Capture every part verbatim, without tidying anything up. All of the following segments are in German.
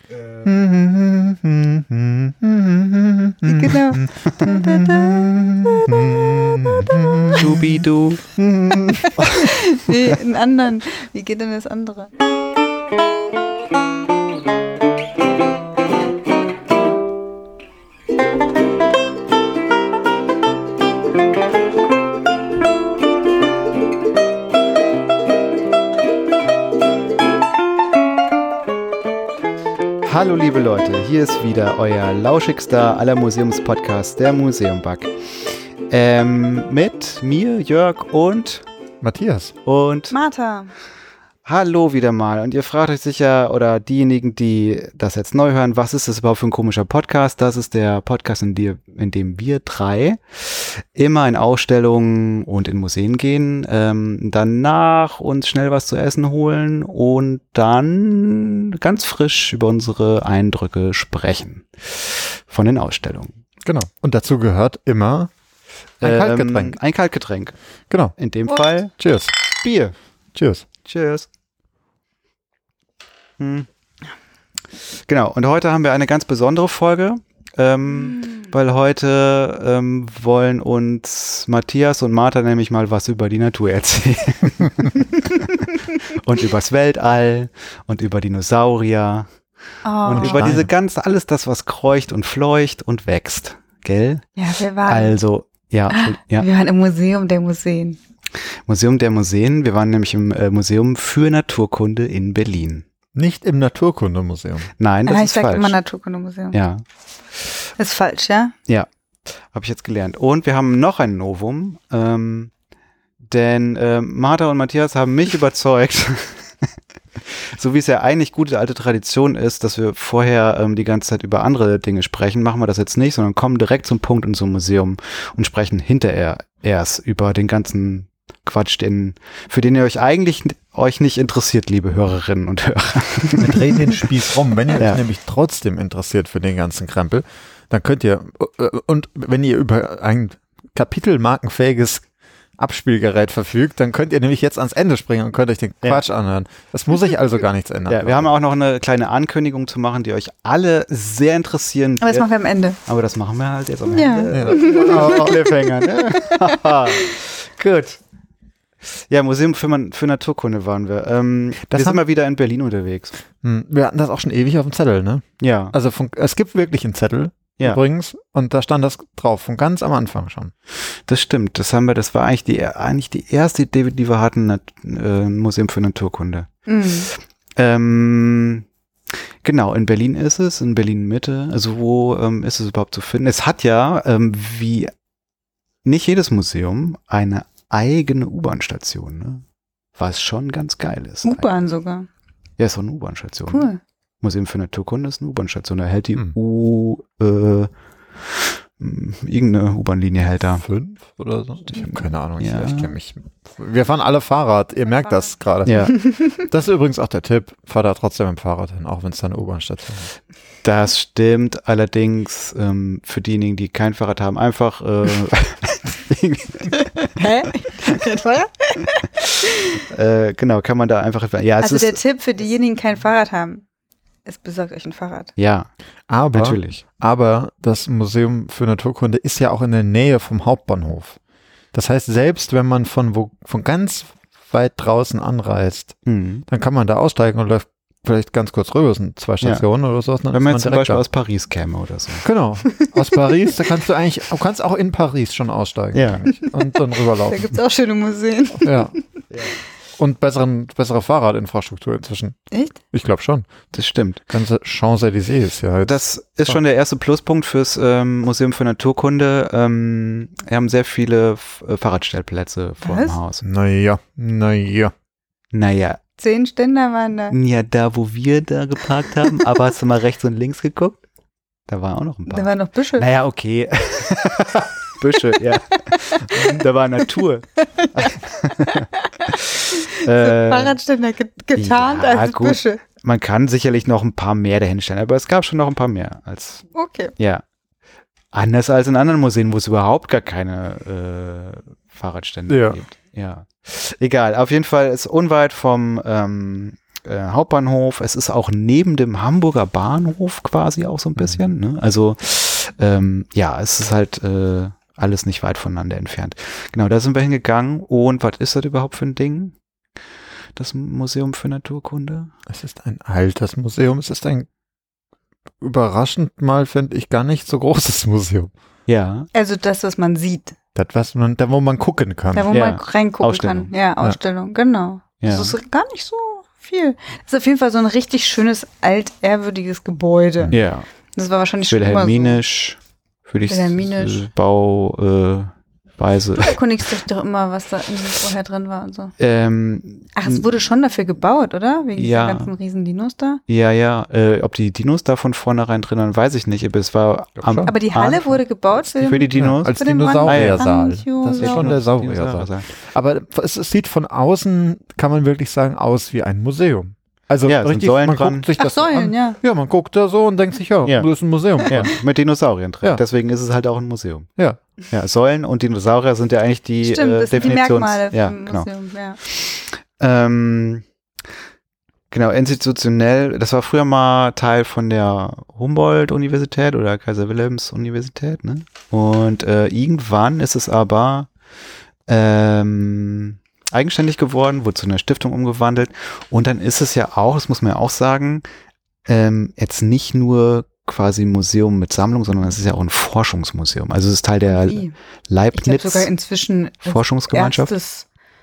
Genau. Schubidu. Nee, einen anderen. Wie geht denn das andere? Hallo liebe Leute, hier ist wieder euer lauschigster aller Museumspodcasts, der Museumbug. Ähm, mit mir, Jörg und Matthias. Und Martha. Hallo wieder mal. Und ihr fragt euch sicher, oder diejenigen, die das jetzt neu hören, was ist das überhaupt für ein komischer Podcast? Das ist der Podcast, in, die, in dem wir drei immer in Ausstellungen und in Museen gehen, ähm, danach uns schnell was zu essen holen und dann ganz frisch über unsere Eindrücke sprechen von den Ausstellungen. Genau. Und dazu gehört immer ein ähm, Kaltgetränk. Ein Kaltgetränk. Genau. In dem Prost. Fall Cheers. Bier. Cheers. Cheers. Hm. Genau, und heute haben wir eine ganz besondere Folge, ähm, mm. weil heute ähm, wollen uns Matthias und Martha nämlich mal was über die Natur erzählen. Und übers Weltall und über Dinosaurier Oh. und über diese ganz, alles das, was kreucht und fleucht und wächst, gell? Ja, wir waren, Also, ja, ja. wir waren im Museum der Museen. Museum der Museen, wir waren nämlich im äh, Museum für Naturkunde in Berlin. Nicht im Naturkundemuseum. Nein, das Ah, ist ich sag falsch. immer Naturkundemuseum. Ja, Ist falsch, ja? ja, habe ich jetzt gelernt. Und wir haben noch ein Novum, ähm, denn äh, Martha und Matthias haben mich überzeugt, so wie es ja eigentlich gute alte Tradition ist, dass wir vorher ähm, die ganze Zeit über andere Dinge sprechen, machen wir das jetzt nicht, sondern kommen direkt zum Punkt in so einem Museum und sprechen hinterher erst über den ganzen Quatsch, den, für den ihr euch eigentlich euch nicht interessiert, liebe Hörerinnen und Hörer. Wir drehen den Spieß rum. Wenn ihr Ja. euch nämlich trotzdem interessiert für den ganzen Krempel, dann könnt ihr, und wenn ihr über ein kapitelmarkenfähiges Abspielgerät verfügt, dann könnt ihr nämlich jetzt ans Ende springen und könnt euch den Ja. Quatsch anhören. Es muss sich also gar nichts ändern. Ja, wir haben auch noch eine kleine Ankündigung zu machen, die euch alle sehr interessieren Aber das wird. machen wir am Ende. Aber das machen wir halt jetzt am Ja. Ende. Oh, Cliffhanger, ne? Gut. Ja, Museum für, Man- für Naturkunde waren wir. Ähm, Das wir sind haben- mal wieder in Berlin unterwegs. Hm, Wir hatten das auch schon ewig auf dem Zettel, ne? Ja, Also von, es gibt wirklich einen Zettel, ja, übrigens, und da stand das drauf, von ganz am Anfang schon. das stimmt. Das haben wir, das war eigentlich die, eigentlich die erste Idee, die wir hatten, Nat- äh, ein Museum für Naturkunde. Mhm. Ähm, genau, in Berlin ist es, in Berlin Mitte. Also wo ähm, ist es überhaupt zu finden? Es hat ja, ähm, wie nicht jedes Museum, eine eigene U-Bahn-Station, ne? Was schon ganz geil ist. U-Bahn sogar. Ja, ist so eine U-Bahn-Station. Cool. Museum für Naturkunde ist eine U-Bahn-Station. Da hält die Hm. U, äh, mh, irgendeine U-Bahn-Linie hält da. Fünf oder so? Ich habe keine Ahnung. Ja. Ich, ich kenne mich. Wir fahren alle Fahrrad. Ihr merkt das gerade. Ja, Das ist übrigens auch der Tipp. Fahr da trotzdem mit dem Fahrrad hin, auch wenn es da eine U-Bahn-Station ist. das stimmt. Allerdings für für diejenigen, die kein Fahrrad haben, einfach äh, Hä? Kein Feuer? äh, genau, kann man da einfach. Ja, es Also ist der Tipp für diejenigen, die kein Fahrrad haben, ist, besorgt euch ein Fahrrad. ja, Aber, natürlich. aber das Museum für Naturkunde ist ja auch in der Nähe vom Hauptbahnhof. Das heißt, selbst wenn man von, wo, von ganz weit draußen anreist, Mhm. dann kann man da aussteigen und läuft vielleicht ganz kurz rüber. Das sind zwei Stationen oder so. Wenn man jetzt zum Beispiel aus Paris käme oder so. Genau, aus Paris, da kannst du eigentlich, du kannst auch in Paris schon aussteigen. Ja. eigentlich Und dann Da rüberlaufen. gibt es auch schöne Museen. Ja. Und besseren, bessere Fahrradinfrastruktur inzwischen. Echt? Ich glaube schon. Das stimmt. Ganze Champs-Élysées ist ja halt. Das ist schon der erste Pluspunkt fürs ähm, Museum für Naturkunde. Ähm, wir haben sehr viele F äh, Fahrradstellplätze vor Was? dem Haus. Naja, naja. Naja, Zehn Ständer waren da. ja, da wo wir da geparkt haben, aber hast du mal rechts und links geguckt? Da war auch noch ein paar. Da waren noch Büsche. Naja, okay. Büsche, ja. Da war Natur. So äh, Fahrradständer ge getarnt ja, als gut. Büsche. man kann sicherlich noch ein paar mehr dahinstellen, aber es gab schon noch ein paar mehr als, Okay. ja. Anders als in anderen Museen, wo es überhaupt gar keine äh, Fahrradstände Ja. gibt. Ja. Egal, auf jeden Fall ist unweit vom, ähm, äh, Hauptbahnhof. Es ist auch neben dem Hamburger Bahnhof quasi auch so ein bisschen. Ne? Also ähm, ja, es ist halt äh, alles nicht weit voneinander entfernt. Genau, da sind wir hingegangen. Und was ist das überhaupt für ein Ding? Das Museum für Naturkunde? Es ist ein altes Museum. Es ist ein überraschend mal, finde ich, gar nicht so großes Museum. Ja. Also das, was man sieht. Das, was man, da wo man gucken kann. Da, wo Ja. man reingucken Ausstellung. kann. Ja, Ausstellung, genau. Ja. Das ist gar nicht so viel. Das ist auf jeden Fall so ein richtig schönes, altehrwürdiges Gebäude. Ja. Das war wahrscheinlich schon immer so. Wilhelminisch, würde ich Wilhelminisch. s- Bauweise. Äh, Weise. Du erkundigst dich doch immer, was da irgendwie vorher drin war und so. ähm, Ach, es wurde schon dafür gebaut, oder? Wegen Ja. dieser ganzen riesen Dinos da? Ja, ja. Äh, ob die Dinos da von vornherein drin waren, weiß ich nicht. Aber es war Glaub am schon. Aber die Halle Anfang- wurde gebaut für, für die den, Dinos. Ja, als Für den Dinosauriersaal. Mann- Das ist schon der Sauriersaal. Dinosaurier. Aber es, es sieht von außen, kann man wirklich sagen, aus wie ein Museum. Also Ja, es sind richtig, Säulen man dran. guckt sich Ach, das so Säulen, an. ja. Ja, man guckt da so und denkt sich, ja, Ja. das ist ein Museum. Ja, mit Dinosauriern drin. Ja. Deswegen ist es halt auch ein Museum. Ja. Ja, Säulen und Dinosaurier sind ja eigentlich die Stimmt, äh, das sind die Definitions... Merkmale ja, vom genau. Museum. Ja. Ähm, genau, institutionell, das war früher mal Teil von der Humboldt-Universität oder Kaiser-Wilhelms-Universität, ne? Und äh, irgendwann ist es aber ähm, eigenständig geworden, wurde zu einer Stiftung umgewandelt und dann ist es ja auch, das muss man ja auch sagen, ähm, jetzt nicht nur quasi ein Museum mit Sammlung, sondern es ist ja auch ein Forschungsmuseum. Also es ist Teil der Wie? Ich glaube Leibniz sogar inzwischen als Forschungsgemeinschaft. erstes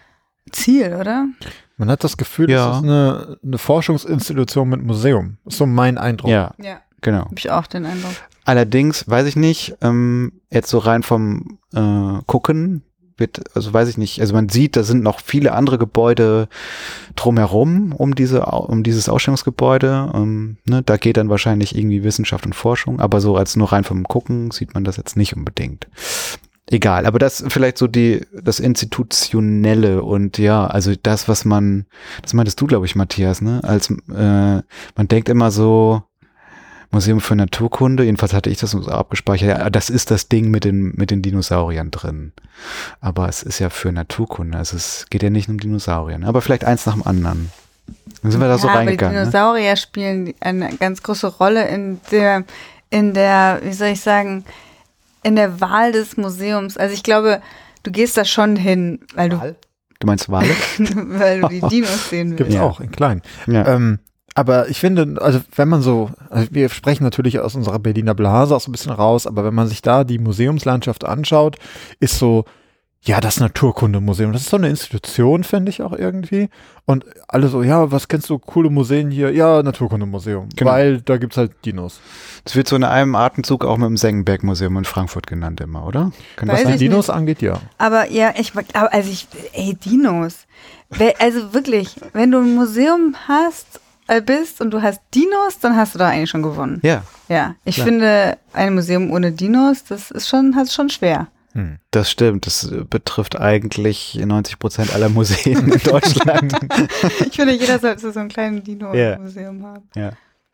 Ziel, oder? Man hat das Gefühl, Ja. das ist eine, eine Forschungsinstitution mit Museum. Ist so mein Eindruck. Ja, Ja. genau. Habe ich auch den Eindruck. Allerdings weiß ich nicht, ähm, jetzt so rein vom äh, Gucken wird, also weiß ich nicht, also man sieht, da sind noch viele andere Gebäude drumherum um diese, Au- um dieses Ausstellungsgebäude. Ähm, ne, da geht dann wahrscheinlich irgendwie Wissenschaft und Forschung, aber so als nur rein vom Gucken sieht man das jetzt nicht unbedingt. Egal, aber das vielleicht so die, das Institutionelle und ja, also das, was man, das meintest du, glaube ich, Matthias, ne, als, äh, man denkt immer so, Museum für Naturkunde, jedenfalls hatte ich das so abgespeichert, ja, das ist das Ding mit den, mit den Dinosauriern drin. Aber es ist ja für Naturkunde, also es geht ja nicht um Dinosaurier, aber vielleicht eins nach dem anderen. Dann sind wir da so ja, aber die reingegangen. Ne? Dinosaurier spielen eine ganz große Rolle in der, in der, wie soll ich sagen, in der Wahl des Museums. Also ich glaube, du gehst da schon hin, weil du, Du meinst Wale? weil du die Dinos sehen willst. Gibt's Ja. auch in klein. Ja. Ähm, aber ich finde, also wenn man so, also wir sprechen natürlich aus unserer Berliner Blase auch so ein bisschen raus, aber wenn man sich da die Museumslandschaft anschaut, ist so, ja, das Naturkundemuseum, das ist so eine Institution, finde ich auch irgendwie. Und alle so, ja, was kennst du, coole Museen hier? Ja, Naturkundemuseum, Genau. weil da gibt's halt Dinos. Das wird so in einem Atemzug auch mit dem Senckenberg-Museum in Frankfurt genannt immer, oder? Kann Weiß das Was sein? die ich Dinos angeht, ja. Aber ja, ich, aber also ich, ey, Dinos. Wer- Also wirklich, wenn du ein Museum hast, äh, bist und du hast Dinos, dann hast du da eigentlich schon gewonnen. Ja, Ja, ich Klar. finde, ein Museum ohne Dinos, das ist schon, hat schon schwer. Hm. das stimmt. Das äh, betrifft eigentlich neunzig Prozent aller Museen in Deutschland. Ich finde, jeder sollte so ein kleines Ja. Dino-Museum haben. Ja.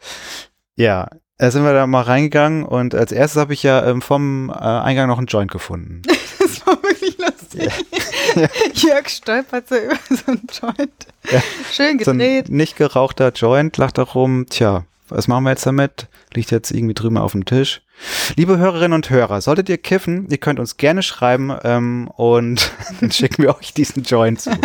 Ja, da sind wir da mal reingegangen und als erstes habe ich ja ähm, vom äh, Eingang noch einen Joint gefunden. Das war wirklich lustig. Jörg stolpert so über so einen Joint. Ja. Schön So ein gedreht. nicht gerauchter Joint lag da rum. Tja, was machen wir jetzt damit? Liegt jetzt irgendwie drüben auf dem Tisch. Liebe Hörerinnen und Hörer, solltet ihr kiffen, ihr könnt uns gerne schreiben ähm, und dann schicken wir euch diesen Joint zu.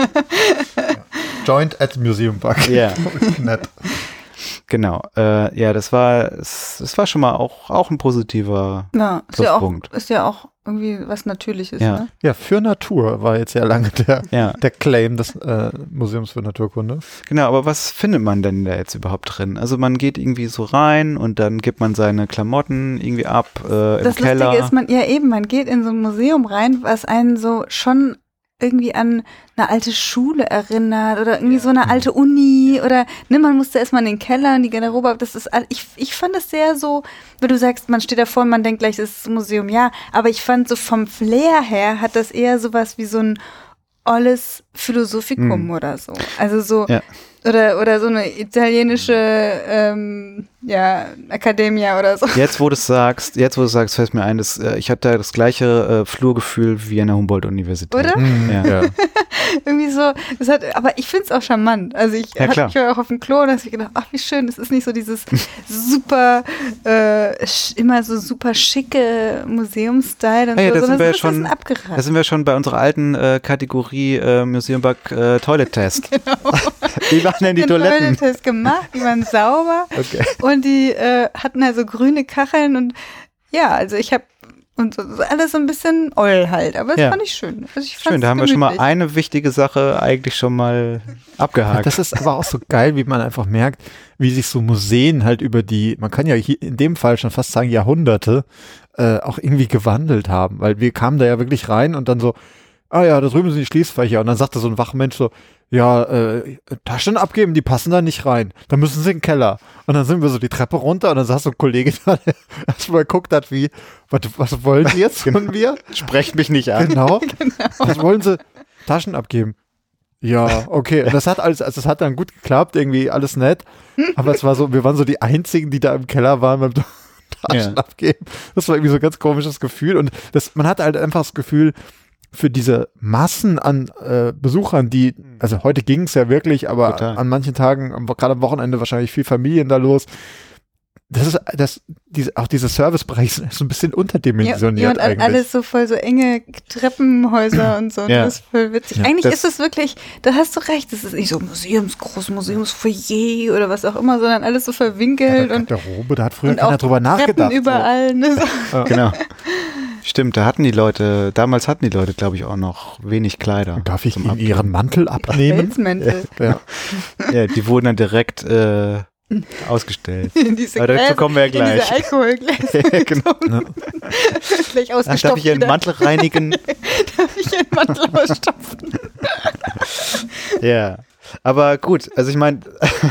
Joint at Museumbug. Ja. Nett. Genau. Äh, ja, das war, es, es war schon mal auch, auch ein positiver. Ja, ist ja, auch, Pluspunkt. ist ja auch irgendwie was Natürliches, Ja. ne? Ja, für Natur war jetzt ja lange der, Ja, der Claim des äh, Museums für Naturkunde. genau, aber was findet man denn da jetzt überhaupt drin? Also man geht irgendwie so rein und dann gibt man seine Klamotten irgendwie ab äh, im Das Keller. Lustige ist, man, ja eben, man geht in so ein Museum rein, was einen so schon irgendwie an eine alte Schule erinnert oder irgendwie so eine alte Uni oder ne, man musste erstmal in den Keller, in die Garderobe, das ist, all- ich, ich fand es sehr so, wenn du sagst, man steht davor und man denkt gleich, es ist ein Museum, ja, aber ich fand so vom Flair her hat das eher sowas wie so ein olles Philosophikum Hm. oder so. Also so, Ja. oder, oder so eine italienische ähm, ja, Academia oder so. Jetzt, wo du es sagst, jetzt, wo du sagst, fällt mir ein, dass, äh, ich hatte das gleiche äh, Flurgefühl wie an der Humboldt-Universität. Oder? Mhm. Ja. Ja. Irgendwie so, das hat, aber ich finde es auch charmant. Also ich, Ja, hat, klar. ich war auch auf dem Klo und da habe ich gedacht, ach wie schön, das ist nicht so dieses super, äh, sch- immer so super schicke Museumsstyle und Ah ja, so, da sind sondern wir so ja ein bisschen schon- abgeraten. Da sind wir schon bei unserer alten äh, Kategorie äh, Museum Bug äh, Toilet Test. Wie waren denn die Den Toiletten? Toilettest gemacht, die waren sauber Okay. und die äh, hatten also grüne Kacheln und ja, also ich habe und so, so alles so ein bisschen oll halt, aber das Ja. fand ich schön. Also ich Schön, fand's da haben wir schon mal gemütlich. eine wichtige Sache eigentlich schon mal abgehakt. Das ist aber auch so geil, wie man einfach merkt, wie sich so Museen halt über die, man kann ja hier in dem Fall schon fast sagen Jahrhunderte, äh, auch irgendwie gewandelt haben, weil wir kamen da ja wirklich rein und dann so, ah ja, da drüben sind die Schließfächer und dann sagte so ein Wachmensch so, ja, äh, Taschen abgeben, die passen da nicht rein, da müssen sie in den Keller. Und dann sind wir so die Treppe runter und dann saß so ein Kollege da, der erstmal geguckt hat, wie, was, was wollen Sie jetzt von mir? Sprecht mich nicht an. Genau. Was wollen Sie? Taschen abgeben. Ja, okay. Und das hat alles, also es hat dann gut geklappt, irgendwie alles nett. Aber es war so, wir waren so die einzigen, die da im Keller waren beim Taschen Ja. abgeben. Das war irgendwie so ein ganz komisches Gefühl. Und das, man hat halt einfach das Gefühl, für diese Massen an äh, Besuchern, die, also heute ging es ja wirklich, aber Total. an manchen Tagen, am- gerade am Wochenende wahrscheinlich viel Familien da los. Das ist, das, diese, auch dieser Servicebereich ist so ein bisschen Ja, unterdimensioniert ja, und eigentlich. alles so voll so enge Treppenhäuser und so. Ja. Das ist voll witzig. Ja, Eigentlich das- ist es wirklich, da hast du recht, es ist nicht so Museumsgroß, Museumsfoyer oder was auch immer, sondern alles so verwinkelt und, Garderobe, da hat früher und keiner auch drüber nachgedacht. Treppen überall. Ne? So. Genau. Stimmt, da hatten die Leute, damals hatten die Leute, glaube ich, auch noch wenig Kleider. So. Darf ich zum Ihnen Abgeben. Ihren Mantel abnehmen? Pelzmäntel. Ja. Ja, die wurden dann direkt äh, ausgestellt. In diese Aber dazu Gläser, kommen wir ja in gleich. diese Alkoholgläser. Ja, genau. Gleich Ach, ausgestopft darf ich Ihren wieder. Mantel reinigen? Darf ich Ihren Mantel ausstopfen? Ja. Aber gut, also ich meine,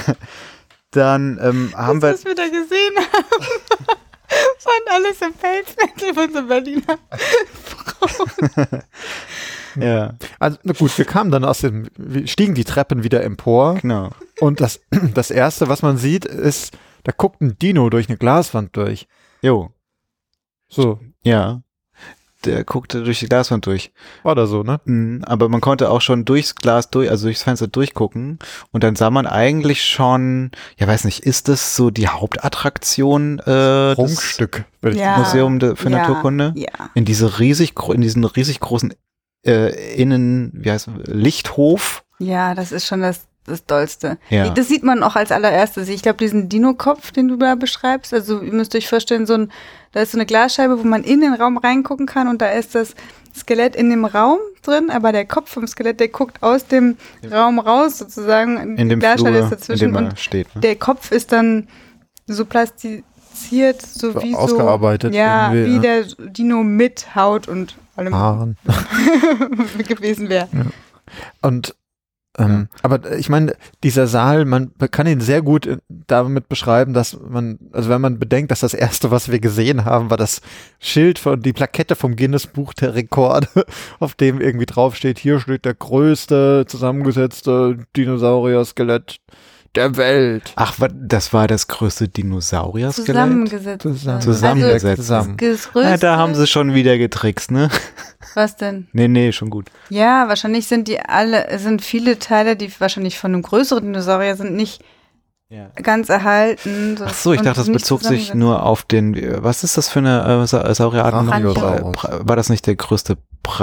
dann ähm, haben wir. Was wir da gesehen haben, waren alles im Pelzmäntel von so Berliner Frauen. Ja, Also, na gut, wir kamen dann aus dem, wir stiegen die Treppen wieder empor genau. und das, das erste, was man sieht, ist, da guckt ein Dino durch eine Glaswand durch. Jo, So, ja. Der guckte durch die Glaswand durch. war da so, ne? Mhm, aber man konnte auch schon durchs Glas durch, also durchs Fenster durchgucken und dann sah man eigentlich schon, ja weiß nicht, ist das so die Hauptattraktion äh, des Prunkstück. würde ich Ja. sagen. Museum de, für Ja, Naturkunde? Ja. In diese riesig, gro- in diesen riesig großen äh, Innen, wie heißt Lichthof. Ja, das ist schon das, das Dollste. Ja. Das sieht man auch als allererstes. Ich glaube, diesen Dino-Kopf, den du da beschreibst, also ihr müsst euch vorstellen, so ein, da ist so eine Glasscheibe, wo man in den Raum reingucken kann und da ist das Skelett in dem Raum drin, aber der Kopf vom Skelett, der guckt aus dem Raum raus sozusagen. In dem die Glasscheibe Flur, ist in dazwischen dem er und steht. Ne? der Kopf ist dann so plastiziert, so, So wie so ausgearbeitet ja, irgendwie, wie ja. der Dino mit Haut und allem Haaren. gewesen wäre. Und ähm, aber ich meine, dieser Saal, man kann ihn sehr gut äh, damit beschreiben, dass man, also wenn man bedenkt, dass das erste, was wir gesehen haben, war das Schild von, die Plakette vom Guinness Buch der Rekorde, auf dem irgendwie draufsteht, hier steht der größte zusammengesetzte Dinosaurier-Skelett der Welt. Ach, wa- das war das größte Dinosaurier-Skelett? Zusammengesetzt. Zusammen- Zusammengesetzt. Zusammen. Also, das größte, Ja, da haben sie schon wieder getrickst, ne? was denn? Nee, nee, schon gut. Ja, wahrscheinlich sind die alle, es sind viele Teile, die wahrscheinlich von einem größeren Dinosaurier sind, nicht Ja. ganz erhalten. Ach so, ich und dachte, das nicht bezog sich zusammengesetzt. nur auf den, was ist das für eine äh, Sa- Saurierart? Brachiosaurus. Bra- War das nicht der größte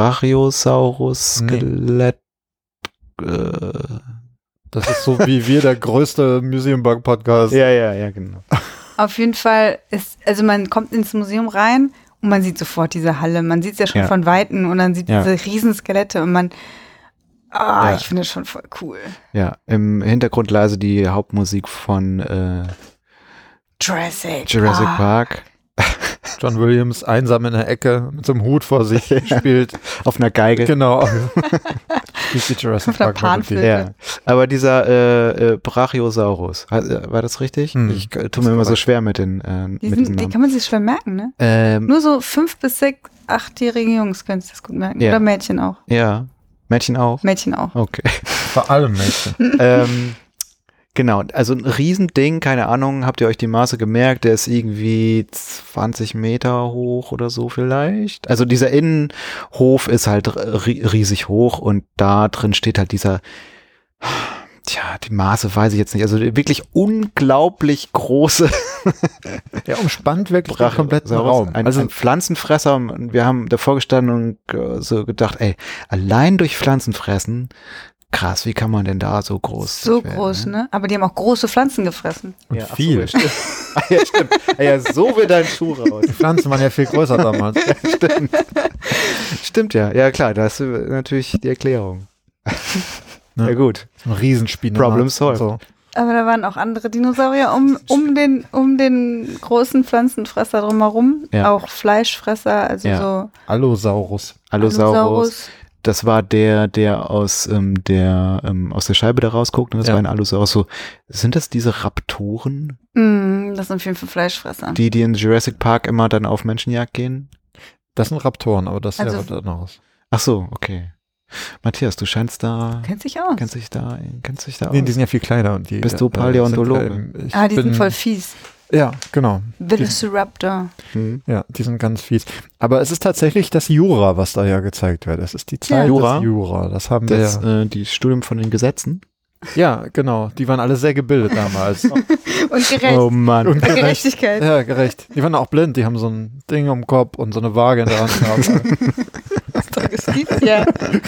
Brachiosaurus-Skelett? Äh, Das ist so wie wir der größte Museum Bug Podcast. ja, ja, ja, genau. Auf jeden Fall ist, also man kommt ins Museum rein und man sieht sofort diese Halle. Man sieht es ja schon Ja. von Weitem und dann sieht Ja. diese Riesenskelette und man, ah, Ja. ich finde das schon voll cool. Ja, im Hintergrund leise die Hauptmusik von äh, Jurassic, Jurassic Park. Park John Williams einsam in der Ecke mit so einem Hut vor sich spielt. auf einer Geige. Genau. Spielt die Jurassic Auf der Park Melodie. Panflöte. Ja, aber dieser äh, äh, Brachiosaurus, hat- äh, war das richtig? Hm. Ich äh, tue mir immer so schwer mit den, äh, Die, mit den sind, die Namen. kann man sich schwer merken, ne? Ähm, Nur so fünf bis sechs, achtjährige Jungs können sich das gut merken. Ja. Oder Mädchen auch. ja, Mädchen auch? Mädchen auch. Okay. Vor allem Mädchen. ähm, genau, also ein Riesending, keine Ahnung, habt ihr euch die Maße gemerkt? Der ist irgendwie zwanzig Meter hoch oder so vielleicht. Also dieser Innenhof ist halt ri- riesig hoch und da drin steht halt dieser, tja, die Maße weiß ich jetzt nicht, also wirklich unglaublich große Ja, umspannt wirklich den Brache- kompletten Saurus, Raum. Ein, Also ein Pflanzenfresser. Und wir haben davor gestanden und äh, so gedacht, ey, allein durch Pflanzen fressen, krass, wie kann man denn da so groß So werden, groß, ne? Aber die haben auch große Pflanzen gefressen. und Ja, ach so, viel. ja, stimmt. Ah, ja, stimmt. Ah, ja, so wird dein Schuh raus. Die Pflanzen waren ja viel größer damals. Stimmt. Stimmt ja. Ja, klar, da hast du natürlich die Erklärung. Ne? Ja, gut. Ein Riesenspinat. Problem solved. So. Aber da waren auch andere Dinosaurier um, um, den, um den großen Pflanzenfresser drumherum. Ja. Auch Fleischfresser, also Ja. so Allosaurus. Allosaurus. Allosaurus. Das war der, der aus ähm, der ähm, aus der Scheibe da rausguckt. Und das Ja. war ein Allosaurus. So, sind das diese Raptoren, Mm, das sind auf jeden Fall Fleischfresser. die, die in Jurassic Park immer dann auf Menschenjagd gehen? Das sind Raptoren, aber das Also- wäre was anderes. Ach so, okay. Matthias, du scheinst da, Kennt sich aus. kennst dich da, kennst dich da Nee, aus. die sind ja viel kleiner. Und die, Bist du äh, Paläontologe? sind, äh, ich Ah, die bin, sind voll fies. Ja, genau. Velociraptor. Hm. Ja, die sind ganz fies. Aber es ist tatsächlich das Jura, was da ja gezeigt wird. Es ist die Zeit Jura? des Jura. Das haben Das, wir äh, die Studium von den Gesetzen. ja. Ja, genau. Die waren alle sehr gebildet damals. Und gerecht. Oh Mann. Und gerecht. Gerechtigkeit. Ja, gerecht. Die waren auch blind. Die haben so ein Ding am Kopf und so eine Waage in der Hand gehabt. Das gibt's ja.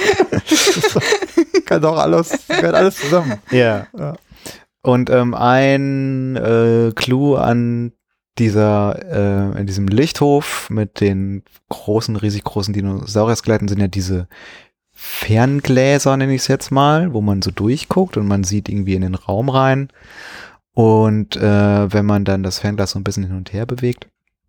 Kann doch alles, gehört alles zusammen. Ja. Ja. Und ähm, ein äh, Clou an dieser, äh, in diesem Lichthof mit den großen, riesig großen Dinosaurier-Skeletten sind ja diese Ferngläser, nenne ich es jetzt mal, wo man so durchguckt und man sieht irgendwie in den Raum rein. Und äh, wenn man dann das Fernglas so ein bisschen hin und her bewegt,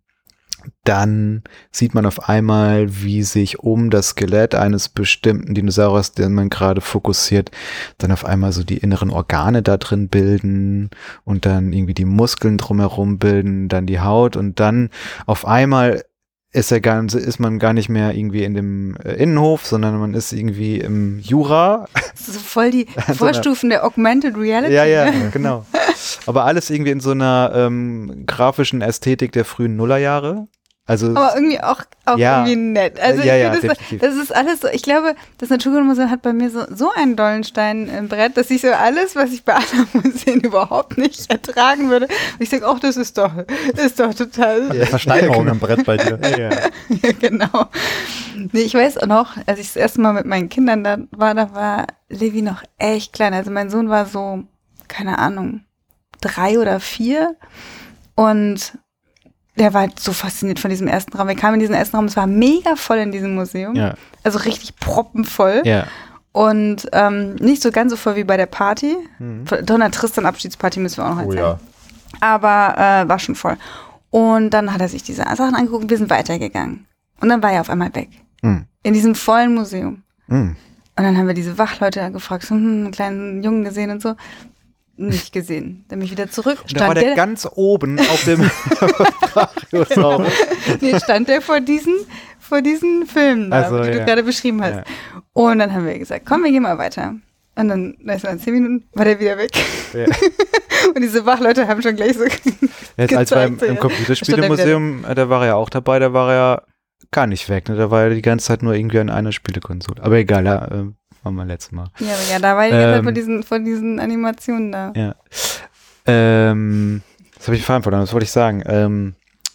dann sieht man auf einmal, wie sich um das Skelett eines bestimmten Dinosauriers, den man gerade fokussiert, dann auf einmal so die inneren Organe da drin bilden und dann irgendwie die Muskeln drumherum bilden, dann die Haut und dann auf einmal ist er gar, ist man gar nicht mehr irgendwie in dem äh, Innenhof, sondern man ist irgendwie im Jura. Das ist so voll die so einer- Vorstufen der Augmented Reality. Ja, ja, ne? genau. Aber alles irgendwie in so einer ähm, grafischen Ästhetik der frühen Nullerjahre. Also Aber irgendwie auch, auch Ja. irgendwie nett. Also Ja, ich ja, finde, definitiv. das, das ist alles so, ich glaube, das Naturkundemuseum hat bei mir so, so einen Dollenstein im Brett, dass ich so alles, was ich bei anderen Museen überhaupt nicht ertragen würde. Und ich sage, ach, das ist doch, das ist doch total, Ja. Versteinerung am Brett bei dir. ja, ja. ja, genau. Nee, ich weiß auch noch, als ich das erste Mal mit meinen Kindern da war, da war Levi noch echt klein. Also mein Sohn war so, keine Ahnung, drei oder vier und der war so fasziniert von diesem ersten Raum. Wir kamen in diesen ersten Raum, es war mega voll in diesem Museum. Ja, Also richtig proppenvoll. ja. Und ähm, nicht so ganz so voll wie bei der Party. Mhm. Donner Tristan Abschiedsparty müssen wir auch noch Oh erzählen. ja. Aber äh, war schon voll. Und dann hat er sich diese Sachen angeguckt und wir sind weitergegangen. Und dann war er auf einmal weg. Mhm. In diesem vollen Museum. Mhm. Und dann haben wir diese Wachleute gefragt, so, hm, einen kleinen Jungen gesehen und so. Nicht gesehen. Dann bin ich wieder zurück. Und da war der ganz oben auf dem Brachiosaurus. nee, stand der vor diesen, vor diesen Filmen, da, Also, die du ja. gerade beschrieben hast. Ja. Und dann haben wir gesagt, komm, wir gehen mal weiter. Und dann, weißt du, in zehn Minuten war der wieder weg. Ja. Und diese Wachleute haben schon gleich so Jetzt, als wir im, gezeigt, so, im ja. Computerspielemuseum, äh, da war er ja auch dabei, da war er ja gar nicht weg. Ne? Da war er die ganze Zeit nur irgendwie an einer Spielekonsole. Aber egal, ja, äh, waren wir letztes Mal. Ja, aber ja, da war ich die ganze Zeit Ähm, von diesen, von diesen Animationen da. Ja. Ähm, das habe ich verantwortet, was wollte ich sagen? Ähm,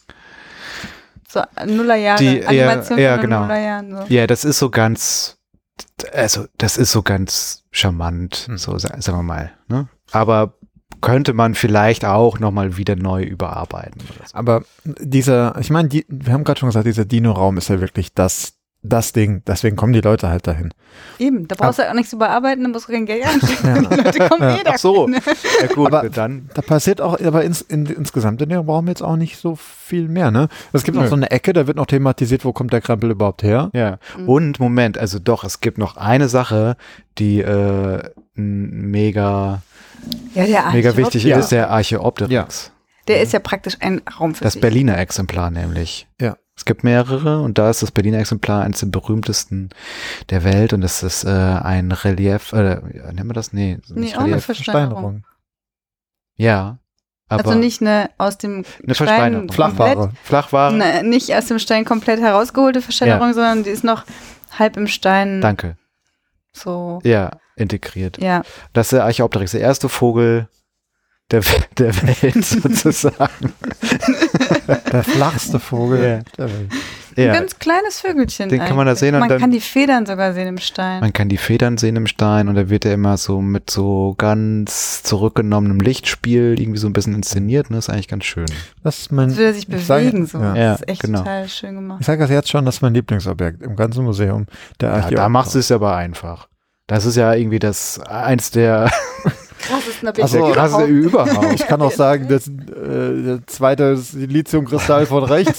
So Nullerjahre, Die- ja, Animationen ja, von den genau. Nullerjahren. So. ja, das ist so ganz, also das ist so ganz charmant, Hm. so sa- sagen wir mal. Ne? Aber könnte man vielleicht auch nochmal wieder neu überarbeiten. Oder so. Aber dieser, ich meine, die, wir haben gerade schon gesagt, dieser Dino-Raum ist ja wirklich das, das Ding. Deswegen kommen die Leute halt dahin. Eben, da brauchst du halt auch nichts überarbeiten, da musst du kein Geld anstecken. Ja. Die Leute kommen eh da. Ach so, ja gut, Aber- dann. Da passiert auch, aber ins, in, insgesamt in dem Raum jetzt auch nicht so viel mehr, ne? Es gibt Nö. noch so eine Ecke, da wird noch thematisiert, wo kommt der Krempel überhaupt her? Ja, Mhm. und Moment, also doch, es gibt noch eine Sache, die äh, n- mega, Ja, der mega Archeop- wichtig ja. ist, der Archeopteryx. Der ist ja praktisch ein Raum für Das sich. Berliner Exemplar nämlich. Ja. Es gibt mehrere und da ist das Berliner Exemplar eines der berühmtesten der Welt und das ist äh, ein Relief, äh, nennen wir das? Nee, Nee, nicht auch eine Relief. Versteinerung. Ja, aber Also nicht eine aus dem eine Stein Versteinerung. komplett, Flachware. Flachware. ne, nicht aus dem Stein komplett herausgeholte Versteinerung, Ja. sondern die ist noch halb im Stein Danke. so. Ja, integriert. Ja, Das ist der Archaeopteryx, der erste Vogel der, der Welt sozusagen. Der flachste Vogel Ja. der Welt. ein Ja, ganz kleines Vögelchen. Den kann man da eigentlich. sehen und Man dann- kann die Federn sogar sehen im Stein. man kann die Federn sehen im Stein und da wird er immer so mit so ganz zurückgenommenem Lichtspiel irgendwie so ein bisschen inszeniert. Ne? Das ist eigentlich ganz schön. Das ist mein, Als würde er sich ich sage- bewegen. So. Ja. Ja, Das ist echt genau. total schön gemacht. Ich sage das jetzt schon, das ist mein Lieblingsobjekt im ganzen Museum. Der Ja, Archäopteryx. da macht es aber einfach. Das ist ja irgendwie das eins der, Krassesten Ach so, Objekte der krasse überhaupt. überhaupt. Ich kann auch sagen, das äh, der zweite Siliziumkristall von rechts.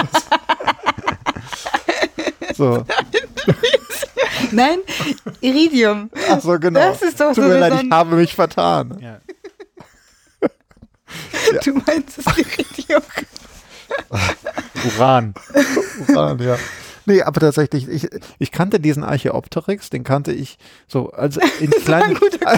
So, Nein, Iridium. ach so, genau. Das ist doch Tut so mir leid, ich besonders. habe mich vertan. Ja. Du meinst das Iridium. Uran. Uran, ja. Nee, aber tatsächlich, ich, ich kannte diesen Archaeopteryx, den kannte ich so, also in kleinen,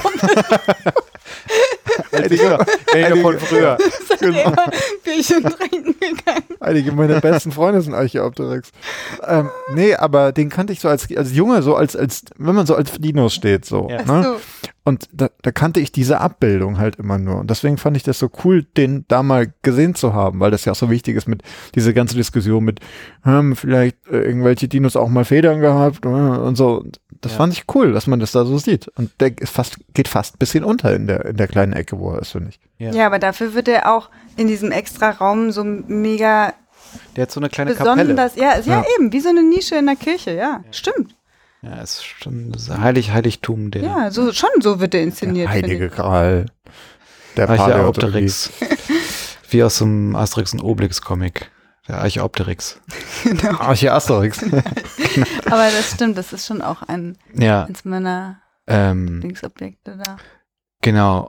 Einige, einige von früher. Seid ihr immer Bierchen trinken gegangen? einige meiner besten Freunde sind Archaeopteryx. Ähm, nee, aber den kannte ich so als, als Junge, so als, als, wenn man so als Dinos steht, so. Ja. Ne? So. Und da, da kannte ich diese Abbildung halt immer nur. Und deswegen fand ich das so cool, den da mal gesehen zu haben, weil das ja auch so wichtig ist mit dieser ganzen Diskussion mit, haben vielleicht äh, irgendwelche Dinos auch mal Federn gehabt äh, und so. Und das Ja. fand ich cool, dass man das da so sieht. Und der ist fast, geht fast ein bisschen unter in der, in der kleinen Ecke, wo er ist, finde ich. Ja. Ja, aber dafür wird er auch in diesem extra Raum so mega Der hat so eine kleine Kapelle. besonders. Ja, ja, Ja. eben, wie so eine Nische in der Kirche, ja. Stimmt. Ja, ist schon das Heilig, Heiligtum der Ja, so, schon so wird er inszeniert. Der finde heilige ich. Gral. Der Paläontologie. Archaeopteryx. Wie aus dem Asterix und Obelix Comic. Der Archaeopteryx. Archaeopteryx. Aber das stimmt, das ist schon auch ein, Ja, eins meiner ähm, Lieblingsobjekte da. genau.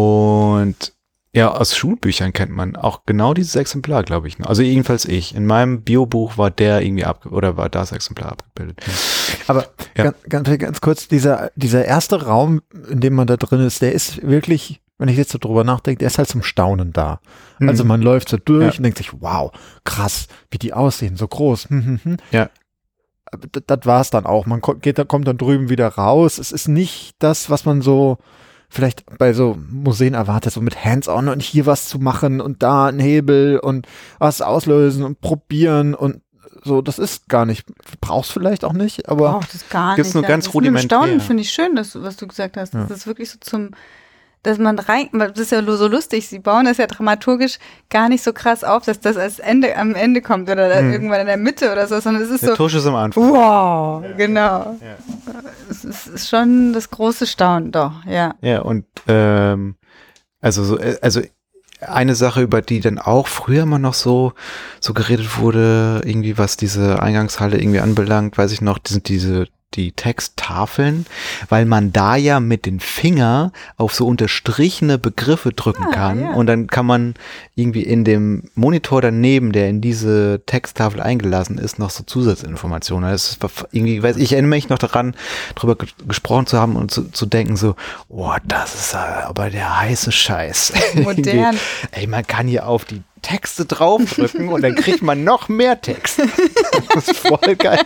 Und ja, aus Schulbüchern kennt man auch genau dieses Exemplar, glaube ich. Also jedenfalls ich. In meinem Biobuch war der irgendwie ab oder war das Exemplar abgebildet. Aber Ja. ganz, ganz, ganz kurz, dieser, dieser erste Raum, in dem man da drin ist, der ist wirklich, wenn ich jetzt so drüber nachdenke, der ist halt zum Staunen da. Mhm. Also man läuft so durch Ja. und denkt sich, wow, krass, wie die aussehen, so groß. Hm, hm, hm. Ja. Aber Das, das war es dann auch. Man ko- geht, da- kommt dann drüben wieder raus. Es ist nicht das, was man so vielleicht bei so Museen erwartet, so mit Hands-on und hier was zu machen und da ein Hebel und was auslösen und probieren und so. Das ist gar nicht, brauchst vielleicht auch nicht, aber Braucht es gar gibt's nicht. nur ja. ganz Das mit dem rudimentär. Staunen finde ich schön, das, was du gesagt hast. Das Ja. ist wirklich so zum, dass man rein, weil das ist ja so lustig, sie bauen das ja dramaturgisch gar nicht so krass auf, dass das als Ende, am Ende kommt oder da Hm. irgendwann in der Mitte oder so, sondern es ist Der so, Tusch ist am Anfang. wow, genau. Es ist, ist schon das große Staunen, doch, ja. Ja, und ähm, also so, äh, also eine Sache, über die dann auch früher immer noch so so geredet wurde, irgendwie was diese Eingangshalle irgendwie anbelangt, weiß ich noch, die sind diese die Texttafeln, weil man da ja mit den Finger auf so unterstrichene Begriffe drücken Ah, kann ja. und dann kann man irgendwie in dem Monitor daneben, der in diese Texttafel eingelassen ist, noch so Zusatzinformationen. Das ist irgendwie, weiß ich, erinnere mich noch daran, drüber ge- gesprochen zu haben und zu, zu denken so, oh, das ist aber der heiße Scheiß. Modern. Irgendwie, ey, man kann hier auf die Texte draufdrücken und dann kriegt man noch mehr Text. Das ist voll geil.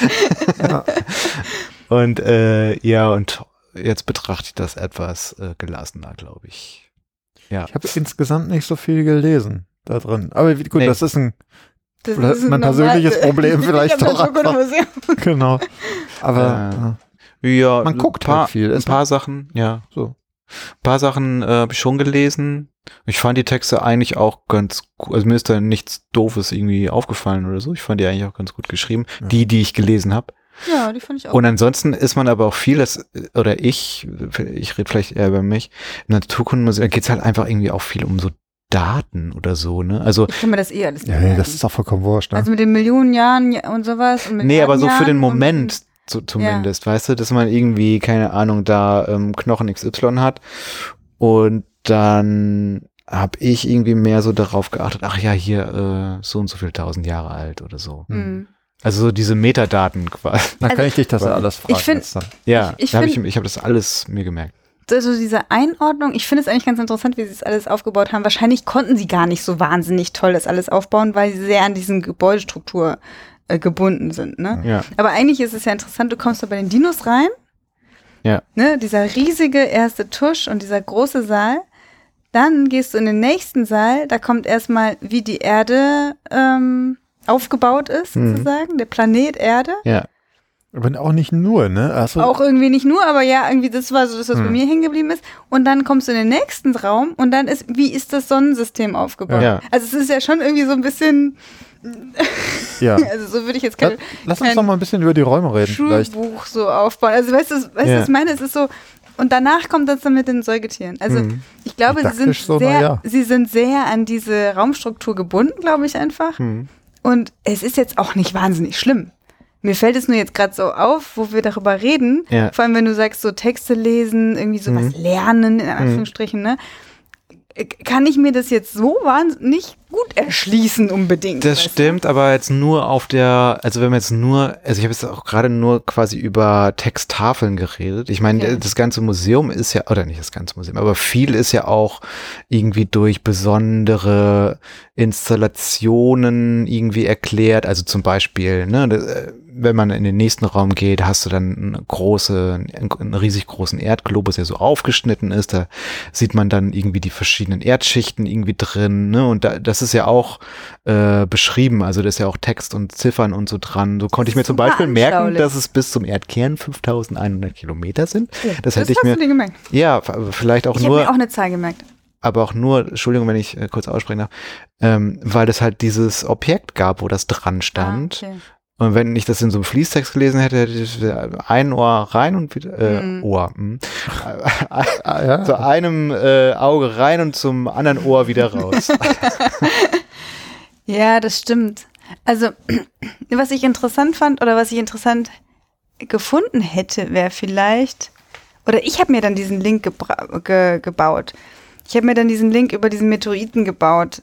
Und äh, ja, und jetzt betrachte ich das etwas äh, gelassener, glaube ich. Ja. ich habe insgesamt nicht so viel gelesen da drin. Aber wie- gut, Nee. das ist ein, Das Vielleicht ist ein mein normal- persönliches Problem vielleicht Ich hab doch das Schokomuseum. genau. Aber Ja, Man guckt ein paar, halt viel, Ein ist paar Sachen, ja. äh, so. Ein paar Sachen äh, habe ich schon gelesen. Ich fand die Texte eigentlich auch ganz gut. Also mir ist da nichts Doofes irgendwie aufgefallen oder so. Ich fand die eigentlich auch ganz gut geschrieben. Ja. Die, die ich gelesen habe. Ja, die fand ich auch. Und ansonsten ist man aber auch viel, das, oder ich, ich rede vielleicht eher über mich, im Naturkundenmuseum geht es halt einfach irgendwie auch viel um so Daten oder so, ne? Also, ich kann mir das eh alles Ja, nicht nee, merken. das ist auch vollkommen wurscht. Ne? Also mit den Millionen Jahren und sowas. Und nee, aber so für den Milliarden Jahren Moment zu, zumindest, weißt du, dass man irgendwie, keine Ahnung, da ähm, Knochen X Y hat und dann habe ich irgendwie mehr so darauf geachtet, ach ja, hier äh, so und so viel tausend Jahre alt oder so. Mhm. Also so diese Metadaten quasi. Dann kann Also, ich dich das ja alles fragen. ich find- jetzt dann. Ja, Ich- ich da hab ich, find- ich habe das alles mir gemerkt. Also diese Einordnung, ich finde es eigentlich ganz interessant, wie sie es alles aufgebaut haben. Wahrscheinlich konnten sie gar nicht so wahnsinnig toll das alles aufbauen, weil sie sehr an diesen Gebäudestruktur äh, gebunden sind. Ne? Ja. Aber eigentlich ist es ja interessant, du kommst da bei den Dinos rein, Ja. ne? Dieser riesige erste Tusch und dieser große Saal. Dann gehst du in den nächsten Saal, da kommt erstmal, wie die Erde ähm, aufgebaut ist, Mhm. sozusagen, der Planet Erde. Ja. Aber auch nicht nur, ne? Also, Auch irgendwie nicht nur, aber ja, irgendwie das war so das, was bei Hm. mir hängen geblieben ist. Und dann kommst du in den nächsten Raum und dann ist, wie ist das Sonnensystem aufgebaut? Ja. Also es ist ja schon irgendwie so ein bisschen, ja. also so würde ich jetzt La- kein, Lass uns kein noch mal ein bisschen über die Räume reden. Vielleicht. Schulbuch so aufbauen. Also weißt du, weißt du, Ja. was ich meine? Es ist so, und danach kommt das dann mit den Säugetieren. Also Mhm. ich glaube, sie sind, Didaktisch so, sehr, na ja. sie sind sehr an diese Raumstruktur gebunden, glaube ich einfach. Hm. Und es ist jetzt auch nicht wahnsinnig schlimm. Mir fällt es nur jetzt gerade so auf, wo wir darüber reden, Ja. vor allem wenn du sagst, so Texte lesen, irgendwie sowas Mhm. lernen, in Anführungsstrichen, ne? Kann ich mir das jetzt so wahnsinnig gut erschließen unbedingt. Das weißt du? stimmt, aber jetzt nur auf der, also wenn man jetzt nur, also ich habe jetzt auch gerade nur quasi über Texttafeln geredet. Ich meine, Okay. das ganze Museum ist ja, oder nicht das ganze Museum, aber viel ist ja auch irgendwie durch besondere Installationen irgendwie erklärt. Also zum Beispiel, ne, das, äh, wenn man in den nächsten Raum geht, hast du dann eine große, einen, einen riesig großen Erdglobus, der so aufgeschnitten ist. Da sieht man dann irgendwie die verschiedenen Erdschichten irgendwie drin, ne? Und da, das ist ja auch äh, beschrieben. Also da ist ja auch Text und Ziffern und so dran. So konnte ich mir zum Super Beispiel merken, anschaulich. dass es bis zum Erdkern fünftausendeinhundert Kilometer sind. Ja, Das hätte ich hast mir, du dir gemerkt. ja, f- vielleicht auch Ich habe nur, mir auch eine Zahl gemerkt. aber auch nur, Entschuldigung, wenn ich äh, kurz aussprechen darf, ähm, weil es halt dieses Objekt gab, wo das dran stand. Ah, okay. Und wenn ich das in so einem Fließtext gelesen hätte, hätte ich ein Ohr rein und wieder, äh, Mhm. Ohr, hm. ja. zu einem äh, Auge rein und zum anderen Ohr wieder raus. Ja, das stimmt. Also, was ich interessant fand oder was ich interessant gefunden hätte, wäre vielleicht, oder ich habe mir dann diesen Link gebra- ge gebaut. Ich habe mir dann diesen Link über diesen Meteoriten gebaut,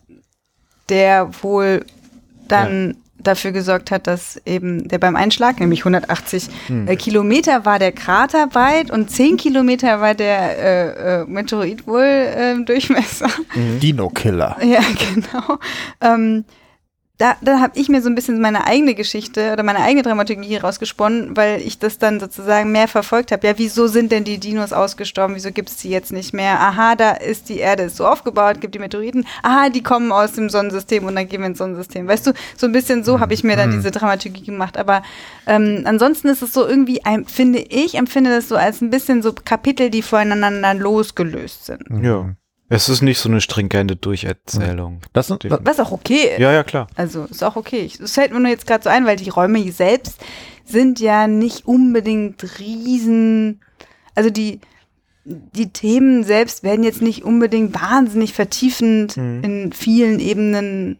der wohl dann dafür gesorgt hat, dass eben der beim Einschlag, nämlich hundertachtzig Hm. äh, Kilometer war der Krater weit und zehn Kilometer war der äh, äh, Meteorit wohl äh, Durchmesser. Dino-Killer. Ja, genau. Ähm, da da habe ich mir so ein bisschen meine eigene Geschichte oder meine eigene Dramaturgie rausgesponnen, weil ich das dann sozusagen mehr verfolgt habe. Ja, wieso sind denn die Dinos ausgestorben? Wieso gibt es die jetzt nicht mehr? Aha, da ist die Erde ist so aufgebaut, gibt die Meteoriten. Aha, die kommen aus dem Sonnensystem und dann gehen wir ins Sonnensystem. Weißt du, so ein bisschen so habe ich mir dann diese Dramaturgie gemacht. Aber ähm, ansonsten ist es so irgendwie, ein, finde ich, empfinde das so als ein bisschen so Kapitel, die voneinander losgelöst sind. Ja. Es ist nicht so eine stringente Durcherzählung. Das, das, Was auch okay ist. Ja, ja, klar. Also ist auch okay. Ich- Das fällt mir nur jetzt gerade so ein, weil die Räume selbst sind ja nicht unbedingt riesen, also die, die Themen selbst werden jetzt nicht unbedingt wahnsinnig vertiefend Mhm. in vielen Ebenen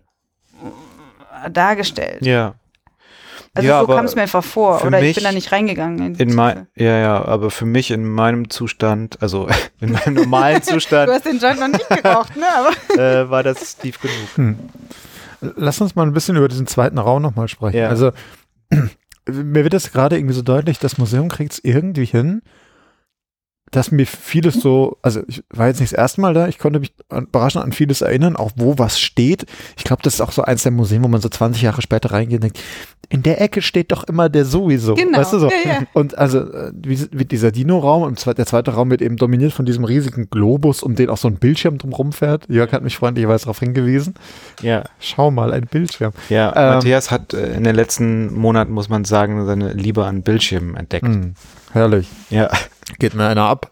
äh, dargestellt. Ja. Also ja, so aber kam es mir einfach vor. für Oder ich mich bin da nicht reingegangen. In, die In mein, Tiefe. ja, ja, aber für mich in meinem Zustand, also in meinem normalen Du Zustand, hast den Joint noch nicht geraucht, ne? Aber äh, war das tief genug. Hm. Lass uns mal ein bisschen über diesen zweiten Raum nochmal sprechen. Ja. Also, mir wird das gerade irgendwie so deutlich, das Museum kriegt es irgendwie hin, dass mir vieles so, also ich war jetzt nicht das erste Mal da, ich konnte mich an, überraschend an vieles erinnern, auch wo was steht. Ich glaube, das ist auch so eins der Museen, wo man so zwanzig Jahre später reingeht und denkt, in der Ecke steht doch immer der sowieso. Genau, Weißt du so? ja, ja. Und also äh, wie, wie dieser Dino-Raum, und zwar der zweite Raum wird eben dominiert von diesem riesigen Globus, um den auch so ein Bildschirm drumherum fährt. Jörg hat mich freundlicherweise darauf hingewiesen. Ja, Schau mal, ein Bildschirm. ja. Ähm, Matthias hat äh, in den letzten Monaten, muss man sagen, seine Liebe an Bildschirmen entdeckt. Hm, herrlich. Ja. Geht mir einer ab.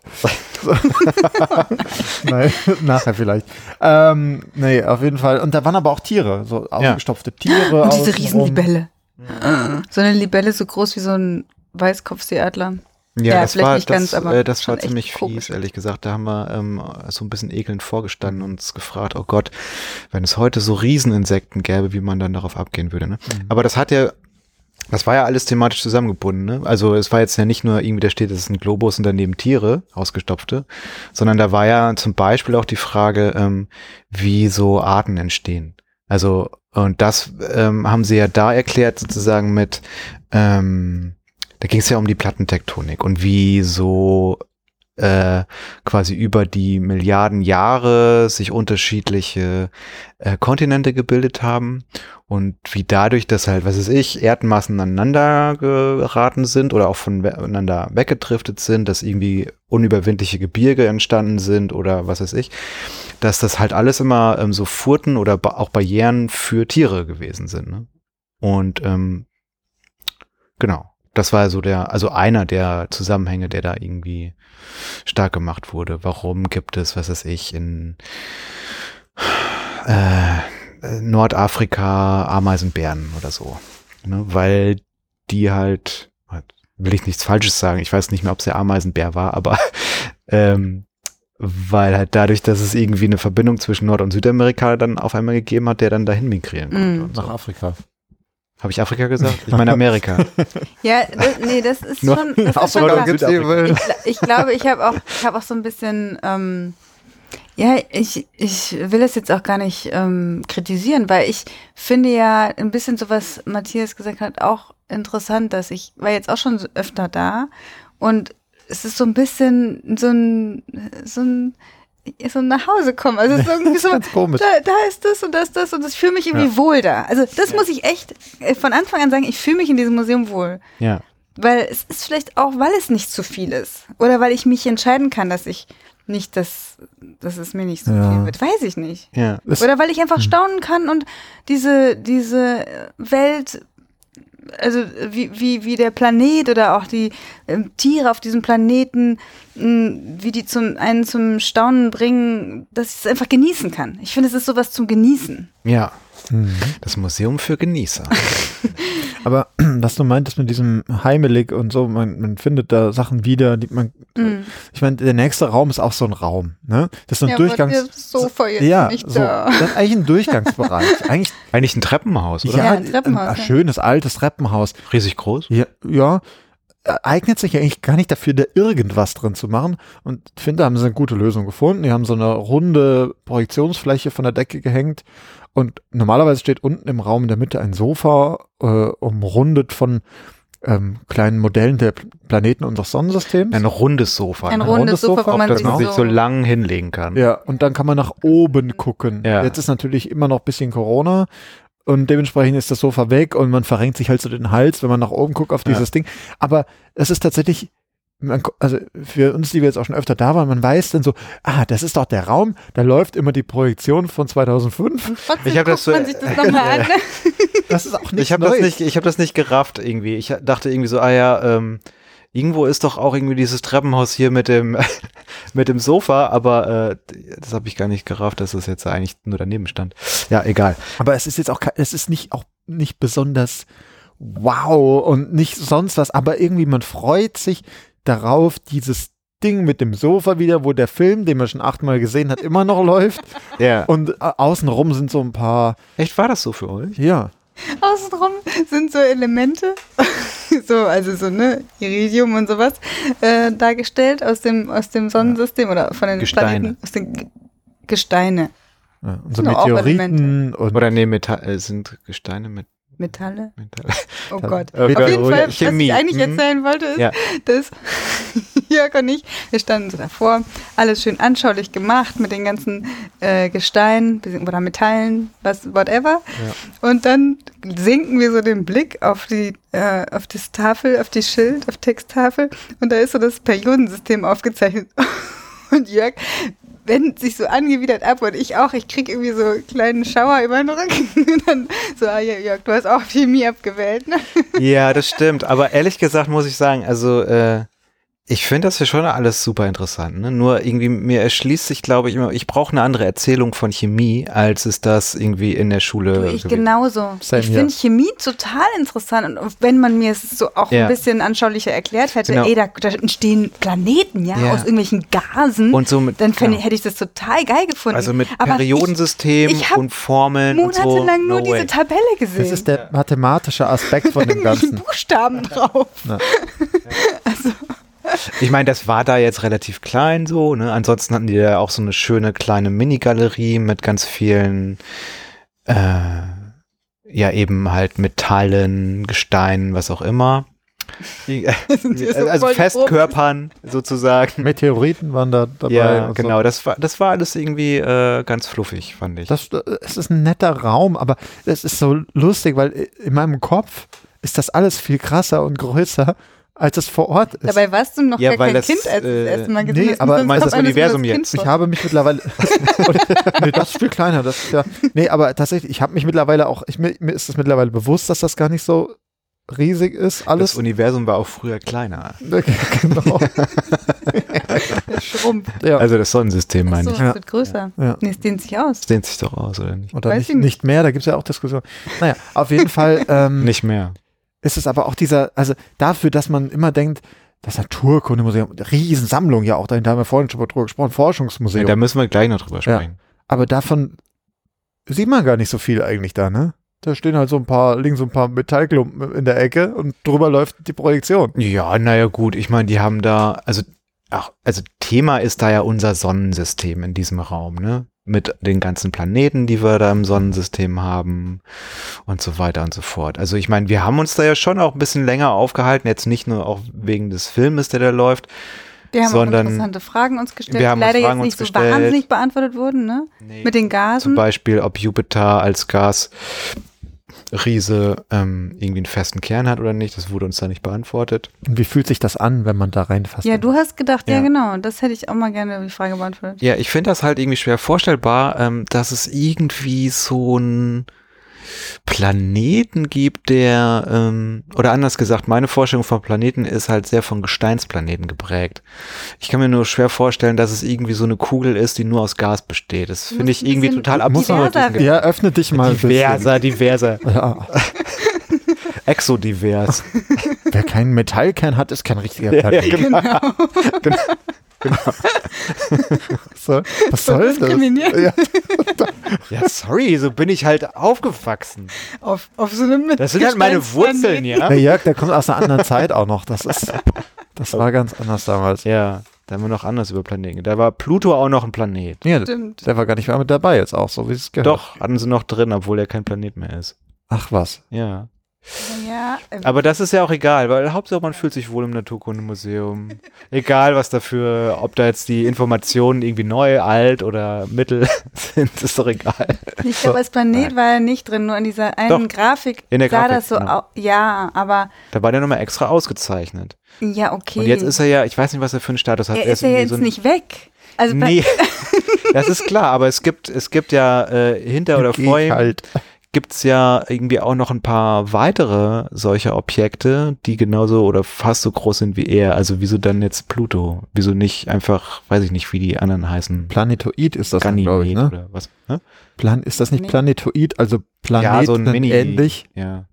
Nein, nachher vielleicht. Ähm, nee, auf jeden Fall. Und da waren aber auch Tiere, so ausgestopfte Tiere. und diese außenrum. Riesenlibelle. So eine Libelle so groß wie so ein Weißkopfseeadler. Ja, Ja, das vielleicht war, nicht das, ganz, aber äh, das schon war echt ziemlich komisch. fies, ehrlich gesagt. Da haben wir ähm, so ein bisschen ekelnd vorgestanden und uns gefragt, oh Gott, wenn es heute so Rieseninsekten gäbe, wie man dann darauf abgehen würde. Ne? Mhm. Aber das hat ja Das war ja alles thematisch zusammengebunden, ne? Also es war jetzt ja nicht nur irgendwie, da steht, es ist ein Globus und daneben Tiere, ausgestopfte, sondern da war ja zum Beispiel auch die Frage, ähm, wie so Arten entstehen. Also, und das ähm, haben sie ja da erklärt sozusagen mit, ähm, da ging es ja um die Plattentektonik und wie so äh, quasi über die Milliarden Jahre sich unterschiedliche äh, Kontinente gebildet haben und wie dadurch, dass halt, was weiß ich, Erdmassen aneinander geraten sind oder auch voneinander weggedriftet sind, dass irgendwie unüberwindliche Gebirge entstanden sind oder was weiß ich, dass das halt alles immer ähm, so Furten oder ba- auch Barrieren für Tiere gewesen sind. Ne? Und ähm, genau. Das war so der, also einer der Zusammenhänge, der da irgendwie stark gemacht wurde. Warum gibt es, was weiß ich, in äh, Nordafrika Ameisenbären oder so? Ne? Weil die halt, will ich nichts Falsches sagen, ich weiß nicht mehr, ob es der Ameisenbär war, aber ähm, weil halt dadurch, dass es irgendwie eine Verbindung zwischen Nord- und Südamerika dann auf einmal gegeben hat, der dann dahin migrieren konnte. Mm. Und so. Nach Afrika. Habe ich Afrika gesagt? Ich meine Amerika. Ja, das, nee, das ist Nur- schon. Das Auch ist schon so klar. gibt's ich, die Welt. gla- ich glaube, ich habe auch, ich habe auch so ein bisschen, ähm, ja, ich, ich will das jetzt auch gar nicht ähm, kritisieren, weil ich finde ja ein bisschen so, was Matthias gesagt hat, auch interessant, dass ich war jetzt auch schon so öfter da und es ist so ein bisschen so ein, so ein so nach Hause kommen. Also es ist irgendwie so, Ganz komisch. da, da ist das und das, das und ich fühle mich irgendwie Ja. wohl da. Also das muss ich echt äh, von Anfang an sagen, ich fühle mich in diesem Museum wohl. Ja. Weil es ist vielleicht auch, weil es nicht zu viel ist. Oder weil ich mich entscheiden kann, dass ich nicht, dass, dass es mir nicht so Ja. viel wird. Weiß ich nicht. Ja. Das- Oder weil ich einfach staunen kann und diese, diese Welt, also wie, wie, wie der Planet oder auch die ähm, Tiere auf diesem Planeten, mh, wie die zum, einen zum Staunen bringen, dass ich es einfach genießen kann. Ich finde, es ist sowas zum Genießen. Ja. Mhm. Das Museum für Genießer. Aber was du meintest mit diesem Heimelig und so, man, man findet da Sachen wieder, die man, Mhm. ich meine, der nächste Raum ist auch so ein Raum, ne? Das ist so ein Ja, Durchgangs... aber das Sofa jetzt ja, nicht so, da. das ist eigentlich ein Durchgangsbereich. Eigentlich, Eigentlich ein Treppenhaus, oder? Ja, ein Treppenhaus, ein ja. schönes, altes Treppenhaus. Riesig groß. Ja, ja, eignet sich eigentlich gar nicht dafür, da irgendwas drin zu machen. Und ich finde, da haben sie eine gute Lösung gefunden. Die haben so eine runde Projektionsfläche von der Decke gehängt. Und normalerweise steht unten im Raum in der Mitte ein Sofa, äh, umrundet von ähm, kleinen Modellen der P- Planeten unseres Sonnensystems. Ein rundes Sofa. Ein ne? rundes rundes Sofa, Sofa, wo man dass sich man so, sich so lang hinlegen kann. Ja, und dann kann man nach oben gucken. Ja. Jetzt ist natürlich immer noch ein bisschen Corona und dementsprechend ist das Sofa weg und man verrenkt sich halt so den Hals, wenn man nach oben guckt auf dieses Ding. Aber es ist tatsächlich, man, also für uns, die wir jetzt auch schon öfter da waren, man weiß dann so, ah, das ist doch der Raum, da läuft immer die Projektion von zweitausendfünf. trotzdem Ich hab guckt das so- man sich das nochmal an. Das ist auch nichts Ich habe das Neues. nicht, ich habe das nicht gerafft irgendwie. Ich dachte irgendwie so, ah ja, ähm, irgendwo ist doch auch irgendwie dieses Treppenhaus hier mit dem mit dem Sofa, aber äh, das habe ich gar nicht gerafft, dass es jetzt eigentlich nur daneben stand. Ja, egal. Aber es ist jetzt auch, ke- es ist nicht auch nicht besonders wow und nicht sonst was, aber irgendwie man freut sich darauf, dieses Ding mit dem Sofa wieder, wo der Film, den man schon achtmal gesehen hat, immer noch läuft Ja. und äh, außenrum sind so ein paar, Echt, war das so für euch? ja, Außenrum sind so Elemente, so, also so, ne, Iridium und sowas, äh, dargestellt aus dem, aus dem Sonnensystem oder von den Gesteine. Planeten, aus den G Gesteine, ja und so Sind auch Meteoriten und Oder nee, Metall, äh, sind Gesteine mit Metalle. Metall. Oh Gott. Okay. Auf jeden Fall, Chemie. was ich eigentlich Mhm. erzählen wollte, ist, Ja. dass Jörg und ich, wir standen so davor, alles schön anschaulich gemacht mit den ganzen äh, Gesteinen oder Metallen, was, whatever. Und dann senken wir so den Blick auf die, äh, auf das Tafel, auf die Schild, auf Texttafel und da ist so das Periodensystem aufgezeichnet. Und Jörg wendet sich so angewidert ab und ich auch. Ich krieg irgendwie so einen kleinen Schauer über den Rücken. Und dann so, ah, ja, Jörg, du hast auch Chemie abgewählt, ne? Ja, das stimmt. Aber ehrlich gesagt muss ich sagen, also äh, Ich finde das ja schon alles super interessant, ne? Nur irgendwie mir erschließt sich, glaube ich, immer, ich brauche eine andere Erzählung von Chemie, als es das irgendwie in der Schule Du, ich gewesen. genauso. Same ich here. finde Chemie total interessant und wenn man mir es so auch Ja. ein bisschen anschaulicher erklärt hätte, Genau. ey, da, da entstehen Planeten, ja, Ja. aus irgendwelchen Gasen, Und so mit, dann fänd, ja. hätte ich das total geil gefunden. Also mit Aber Periodensystem ich- ich hab und Formeln und so. monatelang nur No diese way. Tabelle gesehen. Das ist der mathematische Aspekt von dem irgendwelche Ganzen. Buchstaben drauf. Ja. Ich meine, das war da jetzt relativ klein so, ne? Ansonsten hatten die ja auch so eine schöne kleine Minigalerie mit ganz vielen, äh, ja eben halt Metallen, Gesteinen, was auch immer. Die, Sind hier so also voll Festkörpern sozusagen. Meteoriten waren da dabei. Ja, und genau. So. Das war, das war alles irgendwie äh, ganz fluffig, fand ich. Das, äh, es ist ein netter Raum, aber es ist so lustig, weil in meinem Kopf ist das alles viel krasser und größer, als es vor Ort ist. Dabei warst du noch Ja, gar weil kein das, Kind, als du äh, das erste Mal nee, gesehen hast. aber Sonst meinst kommt das einem Universum wie das jetzt? Kind Ich vor. habe mich mittlerweile, nee, das ist viel kleiner, das ist ja, nee, aber tatsächlich, ich habe mich mittlerweile auch, ich, mir, mir ist es mittlerweile bewusst, dass das gar nicht so riesig ist, Das alles. Universum war auch früher kleiner. Genau. Der schrumpft. Ja. Also das Sonnensystem, meine Achso, ich. es Ja. wird größer. Ja. Nee, es dehnt sich aus. Das dehnt sich doch aus, oder nicht? Oder Weiß nicht, ich nicht. nicht mehr, da gibt es ja auch Diskussionen. Naja, auf jeden Fall ähm, Nicht mehr. ist es aber auch dieser, also dafür, dass man immer denkt, das Naturkundemuseum, Riesensammlung ja auch, dahinter haben wir vorhin schon mal drüber gesprochen, Ja, Forschungsmuseum. da müssen wir gleich noch drüber Ja. sprechen. Aber davon sieht man gar nicht so viel eigentlich da, ne? Da stehen halt so ein paar, liegen so ein paar Metallklumpen in der Ecke und drüber läuft die Projektion. Ja, naja, gut. Ich meine, die haben da, also, ach, also Thema ist da ja unser Sonnensystem in diesem Raum, ne? Mit den ganzen Planeten, die wir da im Sonnensystem haben und so weiter und so fort. Also ich meine, wir haben uns da ja schon auch ein bisschen länger aufgehalten, jetzt nicht nur auch wegen des Filmes, der da läuft. Wir haben Sondern auch interessante Fragen uns gestellt, wir haben die uns leider Fragen jetzt nicht uns so gestellt. wahnsinnig beantwortet wurden, ne? Mit den Zum Gasen. Beispiel, ob Jupiter als Gasriese ähm, irgendwie einen festen Kern hat oder nicht, das wurde uns da nicht beantwortet. Und wie fühlt sich das an, wenn man da reinfasst? Ja, du hast gedacht, ja, Ja. genau, das hätte ich auch mal gerne die Frage beantwortet. Ja, ich finde das halt irgendwie schwer vorstellbar, ähm, dass es irgendwie so einen Planeten gibt, der, ähm, oder anders gesagt, meine Vorstellung von Planeten ist halt sehr von Gesteinsplaneten geprägt. Ich kann mir nur schwer vorstellen, dass es irgendwie so eine Kugel ist, die nur aus Gas besteht. Das finde ich ein irgendwie bisschen total absurd. diverser Ja, öffne dich mal ein bisschen. Diverser, diverser, Ja. exodivers. Wer keinen Metallkern hat, ist kein richtiger Ja, ja, Planet. genau. genau. Was soll, was soll das? diskriminiert. Ja. Ja, sorry, so bin ich halt aufgewachsen. Auf, auf so einem mit Das sind halt meine Wurzeln, ja. Der Jörg, der kommt aus einer anderen Zeit auch noch. Das ist, das war ganz anders damals. Ja, da haben wir noch anders über Planeten. Da war Pluto auch noch ein Planet. Ja, Stimmt. der war gar nicht mehr mit dabei jetzt auch, so wie es gehört. Doch, hatten sie noch drin, obwohl er kein Planet mehr ist. Ach was. Ja. Ja, äh, Aber das ist ja auch egal, weil Hauptsache man fühlt sich wohl im Naturkundemuseum. Egal was dafür, ob da jetzt die Informationen irgendwie neu, alt oder mittel sind, ist doch egal. ich glaube, als Planet war er nicht drin, nur in dieser einen Doch, Grafik in der sah Grafik, das so genau. aus. Ja, aber Da war der nochmal extra ausgezeichnet. ja, okay. Und jetzt ist er ja, ich weiß nicht, was er für einen Status hat. er ist ja irgendwie jetzt so ein, nicht weg. Also bei- Nee, das ist klar, aber es gibt, es gibt ja äh, hinter oder vor ihm halt. gibt es ja irgendwie auch noch ein paar weitere solcher Objekte, die genauso oder fast so groß sind wie er. Also wieso dann jetzt Pluto? Wieso nicht einfach, weiß ich nicht, wie die anderen heißen? Planetoid ist das, Ganymed glaube ich, ne? oder was? Ne? Plan, ist das nicht Nee. Planetoid, also Planeten Ja, so ein Mini. ähnlich? Ja.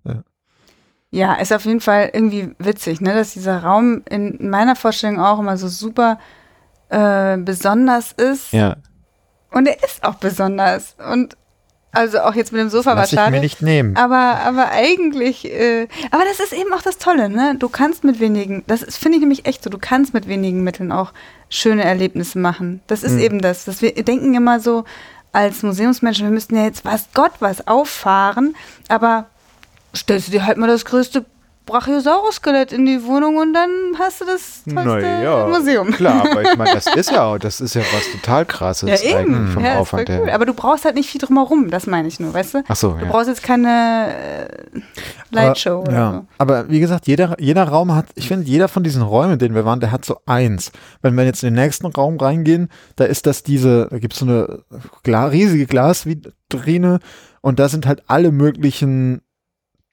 ja, ist auf jeden Fall irgendwie witzig, ne, dass dieser Raum in meiner Vorstellung auch immer so super äh, besonders ist. Ja. Und er ist auch besonders. Und also auch jetzt mit dem Sofa war Lass ich schade. mir nicht nehmen. Aber, aber eigentlich, äh, aber das ist eben auch das Tolle, ne? Du kannst mit wenigen, das ist- finde ich nämlich echt so, du kannst mit wenigen Mitteln auch schöne Erlebnisse machen. Das ist Mhm. eben das, dass wir denken immer so als Museumsmenschen, wir müssten ja jetzt was Gott was auffahren, aber stellst du dir halt mal das größte Brachiosaurus-Skelett in die Wohnung und dann hast du das tollste Naja, Museum. klar, aber ich meine, das ist ja, das ist ja was total krasses Ja, eben. eigentlich vom Ja, ist voll Aufwand cool. her. Aber du brauchst halt nicht viel drumherum, das meine ich nur, weißt du? Ach so, Du ja. brauchst jetzt keine äh, Lightshow aber, oder ja. so. Aber wie gesagt, jeder, jeder Raum hat, ich finde, jeder von diesen Räumen, in denen wir waren, der hat so eins. Wenn wir jetzt in den nächsten Raum reingehen, da ist das diese, da gibt es so eine Gla riesige Glasvitrine und da sind halt alle möglichen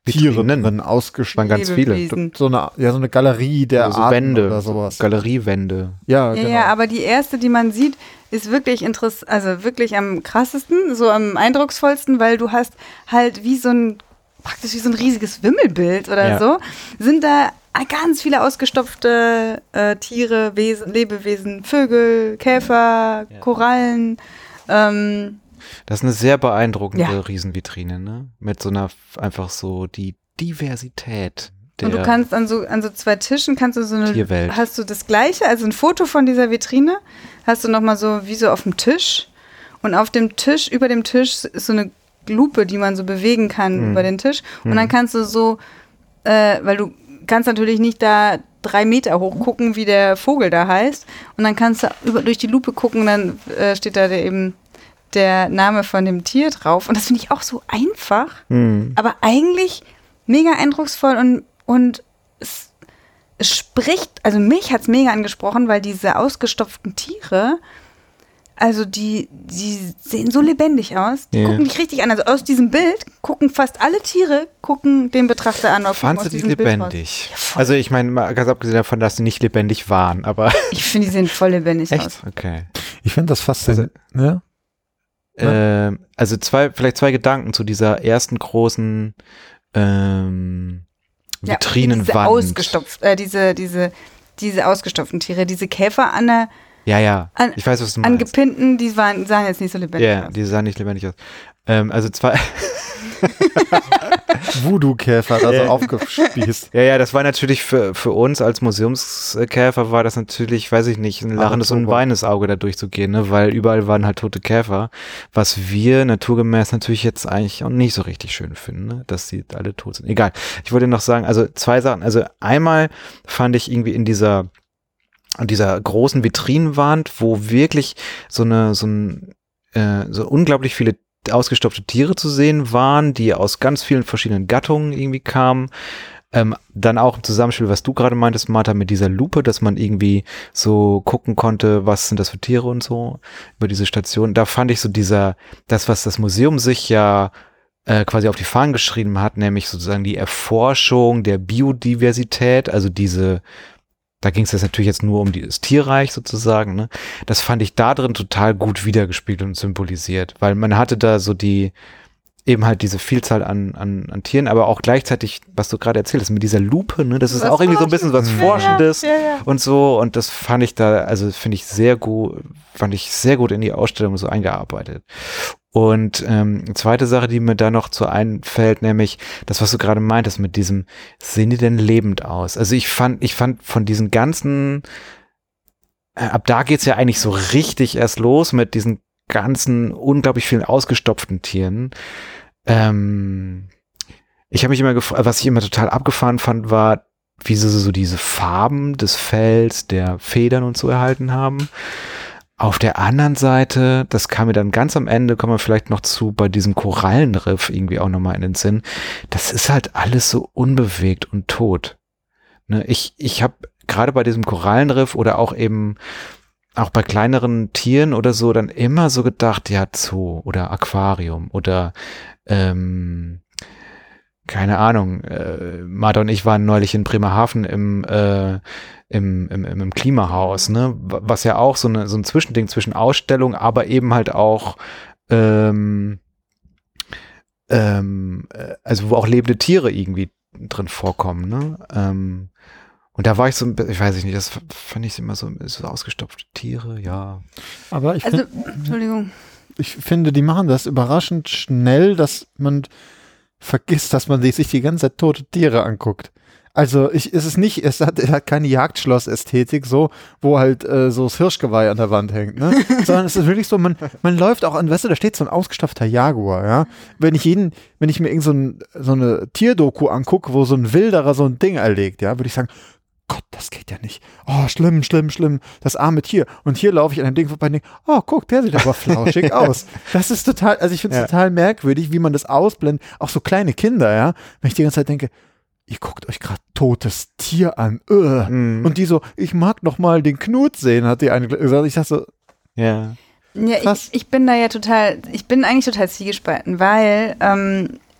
Tiere Vitrinen. drin ausgestellt. waren ganz viele. Lebewesen. So eine, ja, so eine Galerie der Also Arten Wände, oder sowas. Galeriewände. Ja, Ja, genau. ja, aber die erste, die man sieht, ist wirklich interessant, also wirklich am krassesten, so am eindrucksvollsten, weil du hast halt wie so ein, praktisch wie so ein riesiges Wimmelbild oder Ja. so, sind da ganz viele ausgestopfte äh, Tiere, Wesen, Lebewesen, Vögel, Käfer, Ja. Korallen. Ähm, Das ist eine sehr beeindruckende Ja. Riesenvitrine, ne? Mit so einer, einfach so die Diversität der und du kannst an so, an so zwei Tischen, kannst du so eine, Tierwelt. hast du das Gleiche, also ein Foto von dieser Vitrine, hast du nochmal so wie so auf dem Tisch und auf dem Tisch, über dem Tisch ist so eine Lupe, die man so bewegen kann Mhm. über den Tisch und Mhm. dann kannst du so, äh, weil du kannst natürlich nicht da drei Meter hoch gucken, wie der Vogel da heißt und dann kannst du über, durch die Lupe gucken, dann äh, steht da der eben der Name von dem Tier drauf und das finde ich auch so einfach, Hm. aber eigentlich mega eindrucksvoll und, und es, es spricht, also mich hat es mega angesprochen, weil diese ausgestopften Tiere, also die, die sehen so lebendig aus, die Ja. gucken dich richtig an. Also aus diesem Bild gucken fast alle Tiere, gucken den Betrachter an. Fandst du die lebendig? Ja, voll. Also ich meine, mal ganz abgesehen davon, dass sie nicht lebendig waren, aber Ich finde, die sehen voll lebendig aus. echt? Okay. Ich finde das faszinierend. Ja? Ähm, also zwei, vielleicht zwei Gedanken zu dieser ersten großen ähm, Ja, diese Vitrinenwand. ausgestopft, äh, diese, diese, diese ausgestopften Tiere, diese Käfer an der Ja, ja. An- Ich weiß, was du meinst. angepinnten, die waren, sahen jetzt nicht so lebendig Ja, aus. die sahen nicht lebendig aus. Ähm, also zwei. Voodoo-Käfer da so Ja. aufgespießt. Ja, ja, das war natürlich für, für uns als Museumskäfer war das natürlich, weiß ich nicht, ein lachendes und ein weinendes Auge da durchzugehen, ne? Weil überall waren halt tote Käfer, was wir naturgemäß natürlich jetzt eigentlich auch nicht so richtig schön finden, ne? Dass die alle tot sind. Egal. Ich wollte noch sagen, also zwei Sachen. Also einmal fand ich irgendwie in dieser an dieser großen Vitrinenwand, wo wirklich so eine so ein äh, so unglaublich viele ausgestopfte Tiere zu sehen waren, die aus ganz vielen verschiedenen Gattungen irgendwie kamen. Ähm, dann auch im Zusammenspiel, was du gerade meintest, Martha, mit dieser Lupe, dass man irgendwie so gucken konnte, was sind das für Tiere und so über diese Station. Da fand ich so dieser, das, was das Museum sich ja äh, quasi auf die Fahnen geschrieben hat, nämlich sozusagen die Erforschung der Biodiversität, also diese, da ging es jetzt natürlich jetzt nur um das Tierreich sozusagen, ne? Das fand ich da drin total gut wiedergespiegelt und symbolisiert, weil man hatte da so die, eben halt diese Vielzahl an, an, an Tieren, aber auch gleichzeitig, was du gerade erzählt hast, mit dieser Lupe, ne? Das ist Was auch irgendwie so ein bisschen was Forschendes. Forschendes Ja, ja, ja. und so, und das fand ich da, also finde ich sehr gut, fand ich sehr gut in die Ausstellung so eingearbeitet. Und ähm, zweite Sache, die mir da noch zu einfällt, nämlich das, was du gerade meintest mit diesem, sehen die denn lebend aus? Also ich fand, ich fand von diesen ganzen, äh, ab da geht's ja eigentlich so richtig erst los mit diesen ganzen unglaublich vielen ausgestopften Tieren. Ähm, ich habe mich immer gefragt, was ich immer total abgefahren fand, war, wie sie so diese Farben des Fells, der Federn und so erhalten haben. Auf der anderen Seite, das kam mir dann ganz am Ende, kommen wir vielleicht noch zu, bei diesem Korallenriff irgendwie auch nochmal in den Sinn. Das ist halt alles so unbewegt und tot. Ne, ich ich habe gerade bei diesem Korallenriff oder auch eben auch bei kleineren Tieren oder so dann immer so gedacht, ja, Zoo oder Aquarium oder ähm, keine Ahnung, äh, Martha und ich waren neulich in Bremerhaven im, äh, im, im, im, im Klimahaus, ne, was ja auch so, eine, so ein Zwischending zwischen Ausstellung, aber eben halt auch ähm, ähm, äh, also wo auch lebende Tiere irgendwie drin vorkommen, ne, ähm, und da war ich so, ein bisschen, ich weiß nicht, das fand ich immer so, so ausgestopfte Tiere, ja. Aber ich, Also, find, Entschuldigung. ich finde, die machen das überraschend schnell, dass man vergisst, dass man sich die ganze Zeit tote Tiere anguckt. Also ich, es ist nicht, es hat, es hat keine Jagdschloss-Ästhetik, so, wo halt äh, so das Hirschgeweih an der Wand hängt, ne? Sondern es ist wirklich so, man, man läuft auch an, weißt du, da steht so ein ausgestopfter Jaguar, ja? Wenn ich jeden, wenn ich mir irgend so, ein, so eine Tierdoku angucke, wo so ein Wilderer so ein Ding erlegt, ja, würde ich sagen, Gott, das geht ja nicht. Oh, schlimm, schlimm, schlimm. Das arme Tier. Und hier laufe ich an einem Ding vorbei und denke, oh, guck, der sieht aber flauschig aus. Das ist total, also ich finde es Ja. total merkwürdig, wie man das ausblendet. Auch so kleine Kinder, ja. Wenn ich die ganze Zeit denke, ihr guckt euch gerade totes Tier an. Ugh. Mhm. Und die so, ich mag noch mal den Knut sehen, hat die eine gesagt. Ich dachte so, Ja. Ja, Krass. ich, ich bin da ja total, ich bin eigentlich total zwiegespalten, weil ähm,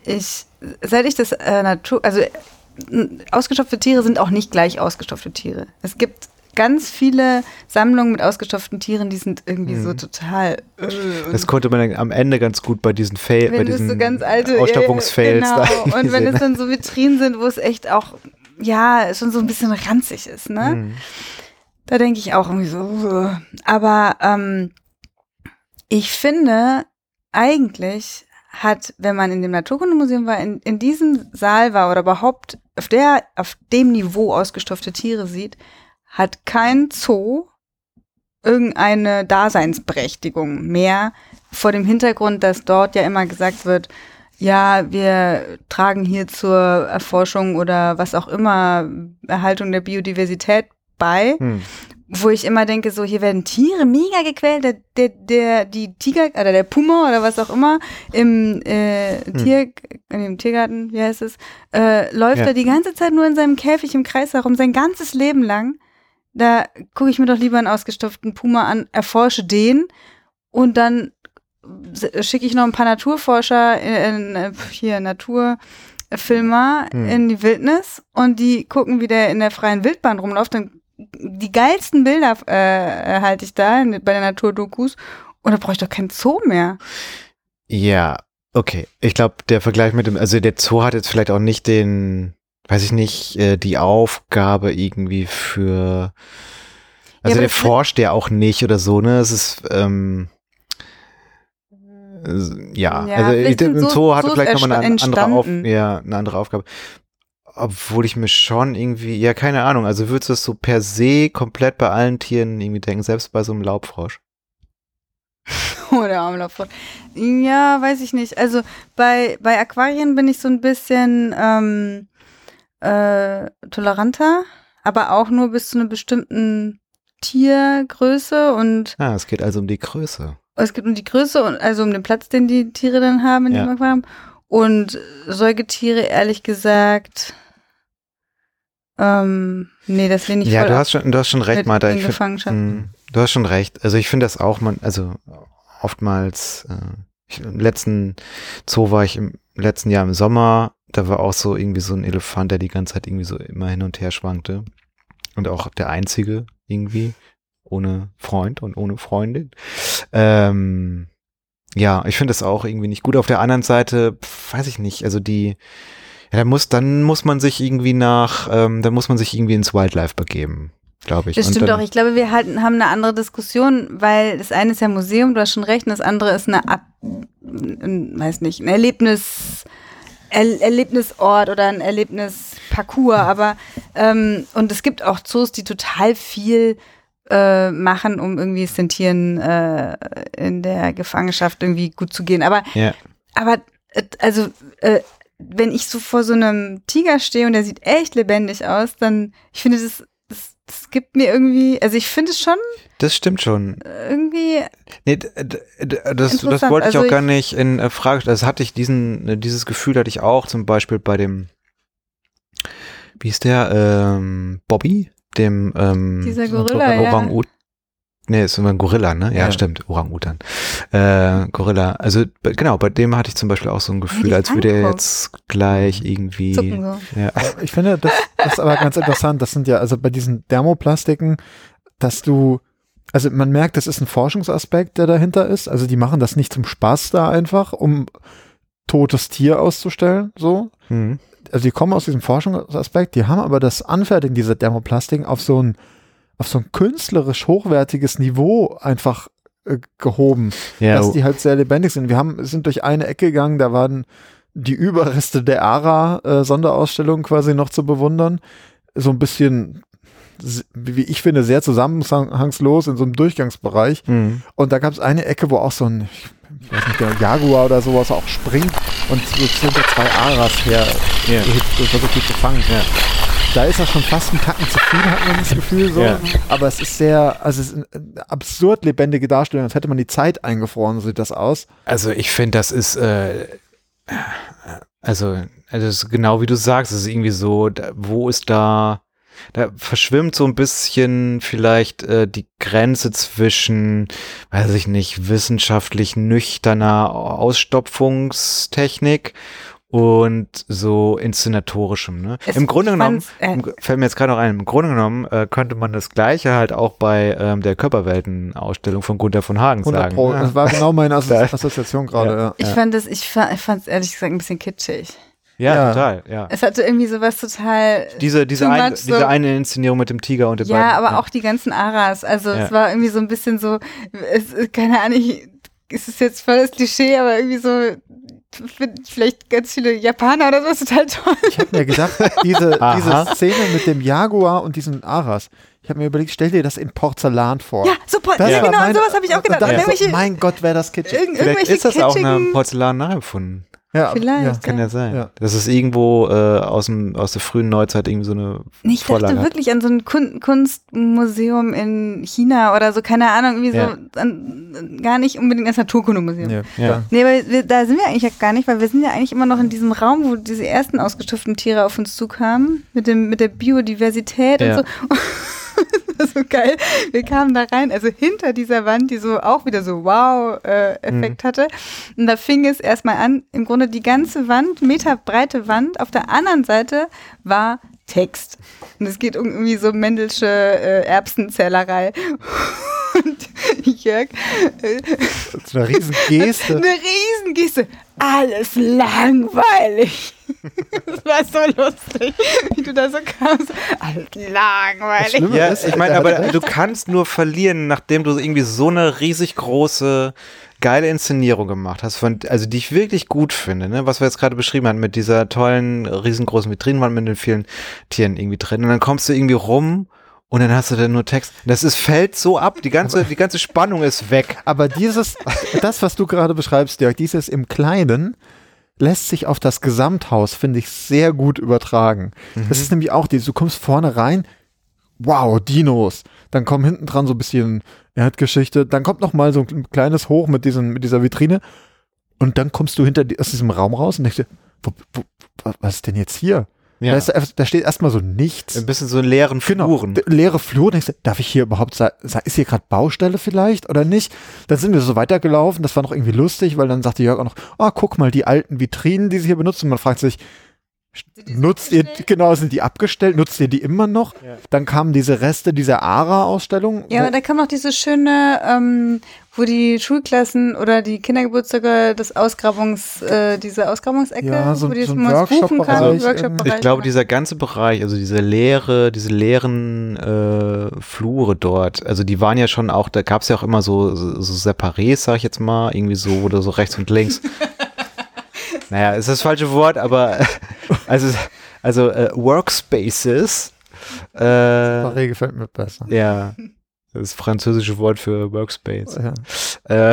ich, seit ich das äh, Natur, also äh, ausgestopfte Tiere sind auch nicht gleich ausgestopfte Tiere. Es gibt ganz viele Sammlungen mit ausgestopften Tieren, die sind irgendwie mhm. so total. Äh, das konnte man dann am Ende ganz gut bei diesen Fail, bei diesen so ganz alte Ausstopfungsfails. Ja, genau. Und wenn es dann so Vitrinen sind, wo es echt auch, ja, schon so ein bisschen ranzig ist, ne? Mhm. Da denke ich auch irgendwie so. Aber ähm, ich finde, eigentlich hat, wenn man in dem Naturkundemuseum war, in, in diesem Saal war oder überhaupt auf der, auf dem Niveau ausgestopfte Tiere sieht, hat kein Zoo irgendeine Daseinsberechtigung mehr vor dem Hintergrund, dass dort ja immer gesagt wird, ja, wir tragen hier zur Erforschung oder was auch immer, Erhaltung der Biodiversität bei, hm. wo ich immer denke, so hier werden Tiere mega gequält, der, der, der die Tiger oder der Puma oder was auch immer im äh, hm. Tier, in dem Tiergarten, wie heißt es, äh, läuft ja. da die ganze Zeit nur in seinem Käfig im Kreis herum, sein ganzes Leben lang. Da gucke ich mir doch lieber einen ausgestopften Puma an, erforsche den und dann schicke ich noch ein paar Naturforscher, in, in, hier Naturfilmer hm. in die Wildnis und die gucken, wie der in der freien Wildbahn rumläuft. Dann die geilsten Bilder äh, erhalte ich da in, bei den Naturdokus und da brauche ich doch kein Zoo mehr. Ja, okay. Ich glaube, der Vergleich mit dem, also der Zoo hat jetzt vielleicht auch nicht den, weiß ich nicht, äh, die Aufgabe irgendwie für, also ja, der forscht ja auch nicht oder so, ne? Es ist, ähm, ja, ja, also im Zoo hatte so vielleicht nochmal eine andere, Auf, ja, eine andere Aufgabe. Obwohl ich mir schon irgendwie, ja, keine Ahnung, also würdest du das so per se komplett bei allen Tieren irgendwie denken, selbst bei so einem Laubfrosch? Oh, der arme Laubfrosch. Ja, weiß ich nicht. Also bei, bei Aquarien bin ich so ein bisschen ähm, äh, toleranter, aber auch nur bis zu einer bestimmten Tiergröße und. Ah, es geht also um die Größe. Es geht um die Größe und also um den Platz, den die Tiere dann haben in ja. dem Aquarium. Und Säugetiere, ehrlich gesagt, ähm, nee, das will ich nicht ja, voll du hast schon, du hast schon recht, Martha. Ich find, mh, du hast schon recht. Also ich finde das auch, man, also oftmals, äh, ich, im letzten Zoo war ich im letzten Jahr im Sommer, da war auch so irgendwie so ein Elefant, der die ganze Zeit irgendwie so immer hin und her schwankte. Und auch der einzige irgendwie, ohne Freund und ohne Freundin. Ähm, Ja, ich finde das auch irgendwie nicht gut. Auf der anderen Seite, pf, weiß ich nicht, also die, ja, da muss, dann muss man sich irgendwie nach, ähm, dann muss man sich irgendwie ins Wildlife begeben, glaube ich. Das stimmt auch. Ich glaube, wir halten, haben eine andere Diskussion, weil das eine ist ja Museum, du hast schon recht, und das andere ist eine, Ab, ein, weiß nicht, ein Erlebnis, er, Erlebnisort oder ein Erlebnisparcours, aber, ähm, und es gibt auch Zoos, die total viel Äh, machen, um irgendwie es den Tieren äh, in der Gefangenschaft irgendwie gut zu gehen. Aber, yeah. aber äh, also äh, wenn ich so vor so einem Tiger stehe und der sieht echt lebendig aus, dann, ich finde, das, das, das gibt mir irgendwie, also ich finde es schon. Das stimmt schon. Irgendwie. Nee, das, das wollte ich also auch gar nicht in Frage stellen. Das hatte ich diesen, dieses Gefühl hatte ich auch zum Beispiel bei dem, wie ist der, ähm, Bobby? Dem ähm, Dieser Gorilla, ja. Orang-Utan. Nee, ist immer ein Gorilla, ne? Ja, ja. Stimmt, Orang-Utan. Äh, Gorilla. Also b- genau, bei dem hatte ich zum Beispiel auch so ein Gefühl, als würde er jetzt gleich irgendwie. Zucken so. Ja. Ich finde, das, das ist aber ganz interessant. Das sind ja, also bei diesen Thermoplastiken, dass du, also man merkt, das ist ein Forschungsaspekt, der dahinter ist. Also die machen das nicht zum Spaß da einfach, um totes Tier auszustellen, so. Mhm. Also die kommen aus diesem Forschungsaspekt, die haben aber das Anfertigen dieser Thermoplastiken auf so ein, auf so ein künstlerisch hochwertiges Niveau einfach äh, gehoben, ja, dass die halt sehr lebendig sind. Wir haben, sind durch eine Ecke gegangen, da waren die Überreste der ARA-Sonderausstellung quasi noch zu bewundern. So ein bisschen, wie ich finde, sehr zusammenhangslos in so einem Durchgangsbereich. Mhm. Und da gab es eine Ecke, wo auch so ein, ich weiß nicht, der Jaguar oder sowas auch springt und so hinter zwei Aras her yeah. gehitzt und versucht die zu fangen. Ja. Da ist er schon fast ein Tacken zu viel, hat man das Gefühl so. Ja. Aber es ist sehr, also es ist eine absurd lebendige Darstellung, als hätte man die Zeit eingefroren, so sieht das aus. Also ich finde, das ist, äh, also, also das ist genau wie du sagst, es ist irgendwie so, da, wo ist da, da verschwimmt so ein bisschen vielleicht äh, die Grenze zwischen, weiß ich nicht, wissenschaftlich nüchterner Ausstopfungstechnik und so inszenatorischem. Ne? Es- Im Grunde ich genommen, fand's, äh, im, fällt mir jetzt gerade noch ein, im Grunde genommen äh, könnte man das Gleiche halt auch bei ähm, der Körperwelten-Ausstellung von Gunther von Hagen hundert sagen. Pro. Ne? Das war genau meine Assozi Da- Assoziation gerade. Ja. Ich Ja. fand das, ich fand es ehrlich gesagt ein bisschen kitschig. Ja, Ja. total, ja. Es hatte irgendwie sowas total. Diese, diese, too ein, much, diese so- eine Inszenierung mit dem Tiger und dem Ja, aber auch die ganzen Aras. Also Ja. es war irgendwie so ein bisschen so, es, ist- keine Ahnung, ich, es ist jetzt voll das Klischee, aber irgendwie so, find vielleicht ganz viele Japaner oder so, ist total toll. Ich habe mir gedacht, diese, Aha. diese Szene mit dem Jaguar und diesen Aras, ich habe mir überlegt, stell dir das in Porzellan vor. Ja, super, Das ja, war genau, meine- sowas habe ich auch Und gedacht. dachte ich so, Irgendwelche, mein Gott, wäre das kitschig. irgend, Vielleicht irgendwelche ist das auch eine kitschigen- Porzellan nachempfunden. Ja, Vielleicht. Ja. Kann ja sein. Ja. Das ist irgendwo äh, aus, dem, aus der frühen Neuzeit irgendwie so eine Ich Vorlage dachte hat. wirklich an so ein Kun Kunstmuseum in China oder so, keine Ahnung, irgendwie Ja. so, an, gar nicht unbedingt das Naturkundemuseum. Ja. Ja. Ja. Nee, aber wir, da sind wir eigentlich ja gar nicht, weil wir sind ja eigentlich immer noch in diesem Raum, wo diese ersten ausgestopften Tiere auf uns zukamen, mit dem mit der Biodiversität Ja. und so. Das war so geil. Wir kamen da rein, also hinter dieser Wand, die so auch wieder so Wow-Effekt Mhm. hatte. Und da fing es erstmal an, im Grunde die ganze Wand, meterbreite Wand, auf der anderen Seite war Text. Und es geht um irgendwie so Mendelsche äh, Erbsenzählerei. Und Jörg, äh, So eine riesen Geste. eine Riesengeste. Alles langweilig. Das war so lustig, wie du da so kamst. Alles langweilig. Schlimme Ja, ist, ich meine, er hat aber recht. du kannst nur verlieren, nachdem du irgendwie so eine riesig große, geile Inszenierung gemacht hast, von, also die ich wirklich gut finde, ne? Was wir jetzt gerade beschrieben haben, mit dieser tollen, riesengroßen Vitrinenwand mit den vielen Tieren irgendwie drin. Und dann kommst du irgendwie rum und dann hast du dann nur Text. Das ist, fällt so ab, die ganze, die ganze Spannung ist weg. Aber dieses, das, was du gerade beschreibst, Dirk, dieses im Kleinen, lässt sich auf das Gesamthaus, finde ich, sehr gut übertragen. Das ist nämlich auch, die, du kommst vorne rein, wow, Dinos. Dann kommt hinten dran so ein bisschen Erdgeschichte. Dann kommt noch mal so ein kleines Hoch mit, diesen, mit dieser Vitrine. Und dann kommst du hinter die, aus diesem Raum raus und denkst dir, wo, wo, was ist denn jetzt hier? Ja. Da, ist, da steht erstmal so nichts. Ein bisschen so in leeren Genau, Fluren. d- leere Flur. Denkst du, darf ich hier überhaupt sein? Ist hier gerade Baustelle vielleicht oder nicht? Dann sind wir so weitergelaufen. Das war noch irgendwie lustig, weil dann sagte Jörg auch noch, oh, guck mal, die alten Vitrinen, die sie hier benutzen. Man fragt sich, nutzt ihr, genau, sind die abgestellt? Nutzt ihr die immer noch? Ja. Dann kamen diese Reste dieser Ara-Ausstellung. Ja, aber da kam noch diese schöne, ähm, wo die Schulklassen oder die Kindergeburtstage das Ausgrabungs, äh, diese Ausgrabungsecke, Ja, so- wo die so das ein mal buchen kann, Workshop-Bereich Workshop-Bereich. Ich glaube, genau. dieser ganze Bereich, also diese leere, diese leeren äh, Flure dort, also die waren ja schon auch, da gab es ja auch immer so, so, so Separés, sag ich jetzt mal, irgendwie so oder so rechts und links. Naja, ist das falsche Wort, aber also, also äh, Workspaces. Äh, Separé gefällt mir besser. ja, das französische Wort für Workspace. Ja. Äh,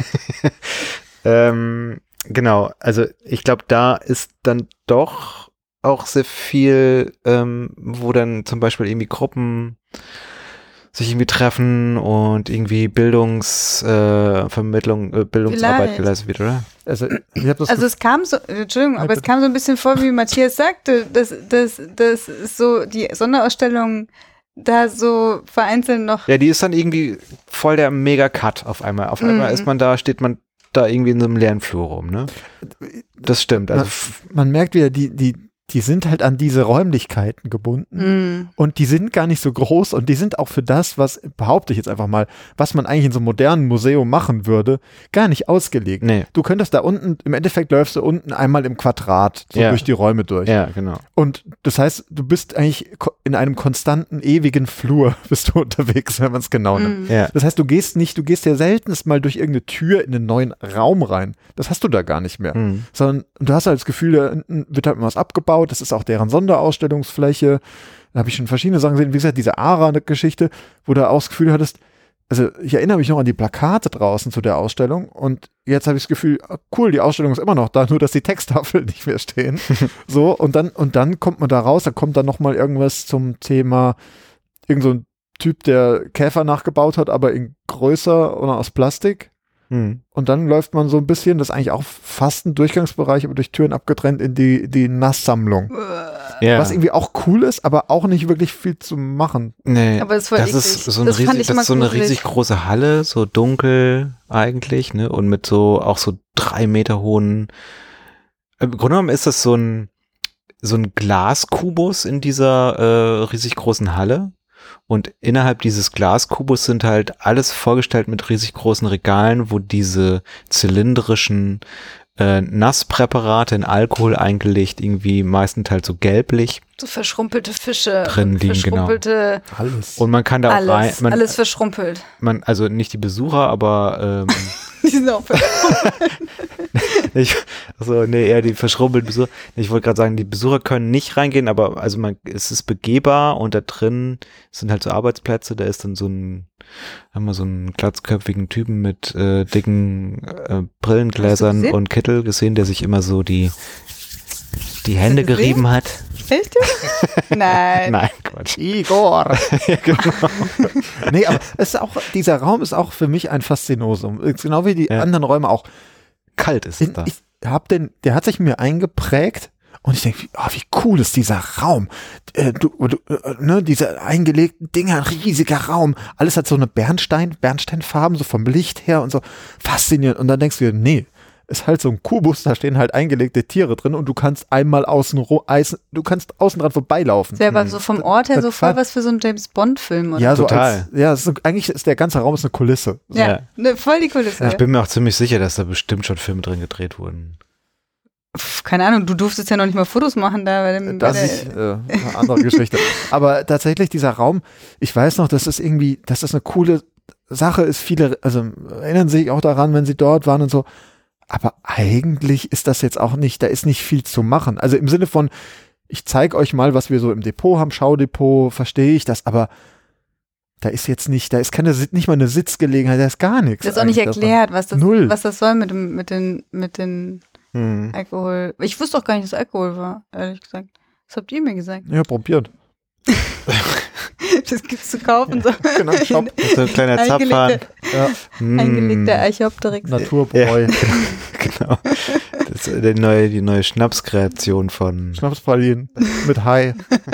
ähm, genau, also ich glaube, da ist dann doch auch sehr viel, ähm, wo dann zum Beispiel irgendwie Gruppen sich irgendwie treffen und irgendwie Bildungsvermittlung, äh, Vermittlung, äh, Bildungsarbeit Vielleicht. geleistet wird, oder? Also, ich habe das Also es kam so, Entschuldigung, aber es bitte. kam so ein bisschen vor, wie Matthias sagte, dass, dass, dass ist so die Sonderausstellung da so vereinzelt noch. Ja, die ist dann irgendwie voll der Mega-Cut auf einmal. Auf einmal Mhm. ist man da, steht man da irgendwie in so einem leeren Flur rum, ne? Das stimmt. Also, f- man merkt wieder, die, die, die sind halt an diese Räumlichkeiten gebunden. Mm. Und die sind gar nicht so groß und die sind auch für das, was, behaupte ich jetzt einfach mal, was man eigentlich in so einem modernen Museum machen würde, gar nicht ausgelegt. nee. Du könntest da unten, im Endeffekt läufst du unten einmal im Quadrat so Ja. durch die Räume durch. Ja, genau. Und das heißt, du bist eigentlich ko- in einem konstanten, ewigen Flur bist du unterwegs, wenn man es genau nimmt. Mm. Ja. Das heißt, du gehst nicht, du gehst ja seltenst mal durch irgendeine Tür in einen neuen Raum rein. Das hast du da gar nicht mehr. Hm. Sondern du hast halt das Gefühl, da unten wird halt mal was abgebaut. Das ist auch deren Sonderausstellungsfläche. Da habe ich schon verschiedene Sachen gesehen. Wie gesagt, diese Ara-Geschichte, wo du auch das Gefühl hattest, also ich erinnere mich noch an die Plakate draußen zu der Ausstellung und jetzt habe ich das Gefühl, ah, cool, die Ausstellung ist immer noch da, nur dass die Texttafeln nicht mehr stehen. So, und dann, und dann kommt man da raus, da kommt dann nochmal irgendwas zum Thema, irgend so ein Typ, der Käfer nachgebaut hat, aber in größer oder aus Plastik. Hm. Und dann läuft man so ein bisschen, das ist eigentlich auch fast ein Durchgangsbereich, aber durch Türen abgetrennt in die, die Nasssammlung. Ja. Was irgendwie auch cool ist, aber auch nicht wirklich viel zu machen. Nee, Aber das war das eklig. ist so, ein Das fand riesig, ich das immer ist so eine gruselig. riesig große Halle, so dunkel eigentlich, ne? Und mit so auch so drei Meter hohen im Grunde genommen ist das so ein, so ein Glaskubus in dieser äh, riesig großen Halle. Und innerhalb dieses Glaskubus sind halt alles vorgestellt mit riesig großen Regalen, wo diese zylindrischen äh, Nasspräparate in Alkohol eingelegt, irgendwie meistenteils so gelblich. So verschrumpelte Fische. Drin liegen, verschrumpelte genau. Alles. Und man kann da auch alles, rein. Man, alles verschrumpelt. Man, also nicht die Besucher, aber ähm, Die sind auch ich, also nee, eher die verschrumpelten Besucher. Ich wollte gerade sagen, die Besucher können nicht reingehen, aber also man, es ist begehbar und da drin sind halt so Arbeitsplätze, da ist dann so ein, haben wir so einen glatzköpfigen Typen mit äh, dicken äh, Brillengläsern und Kittel gesehen, der sich immer so die die Hände gerieben hat. Echt? Nein. Nein, Quatsch. Igor. Ja, genau. Nee, aber es ist auch, dieser Raum ist auch für mich ein Faszinosum. Genau wie die Ja. anderen Räume auch. Kalt ist es In, da. ich hab den, der hat sich mir eingeprägt und ich denke, oh, wie cool ist dieser Raum. Äh, du, du, äh, ne, diese eingelegten Dinger, ein riesiger Raum. Alles hat so eine Bernstein, Bernsteinfarben, so vom Licht her und so. Faszinierend. Und dann denkst du dir, nee, ist halt so ein Kubus, da stehen halt eingelegte Tiere drin und du kannst einmal außen, du kannst außen dran vorbeilaufen. Wäre aber so vom Ort her Das so voll war- was für so einen James-Bond-Film. Oder? Ja, so Total. als, ja, es ist, eigentlich ist der ganze Raum ist eine Kulisse. ja, ja. Ne, voll die Kulisse. Ich bin mir auch ziemlich sicher, dass da bestimmt schon Filme drin gedreht wurden. Pff, keine Ahnung, du durftest ja noch nicht mal Fotos machen da. Bei dem, bei Das der, ist äh, eine andere Geschichte. Aber tatsächlich dieser Raum, ich weiß noch, dass es irgendwie, dass das eine coole Sache ist. Viele, also erinnern sich auch daran, wenn sie dort waren und so. Aber eigentlich ist das jetzt auch nicht, da ist nicht viel zu machen. Also im Sinne von, ich zeige euch mal, was wir so im Depot haben, Schaudepot, verstehe ich das, aber da ist jetzt nicht, da ist keine, nicht mal eine Sitzgelegenheit, da ist gar nichts. das ist auch nicht eigentlich erklärt, was das, Null. was das soll mit, dem, mit den, mit den Hm. Alkohol. Ich wusste auch gar nicht, dass Alkohol war, ehrlich gesagt. Das habt ihr mir gesagt. davon. Ja, probiert. Das gibt's zu kaufen. So. Genau, Shop. So ein kleiner Zapfhahn. Eingelegte, Ja, Hm. eingelegter Archäopteryx. Naturbräu, Genau. Das ist die neue, die neue Schnapskreation von. Schnapspralinen mit Hai.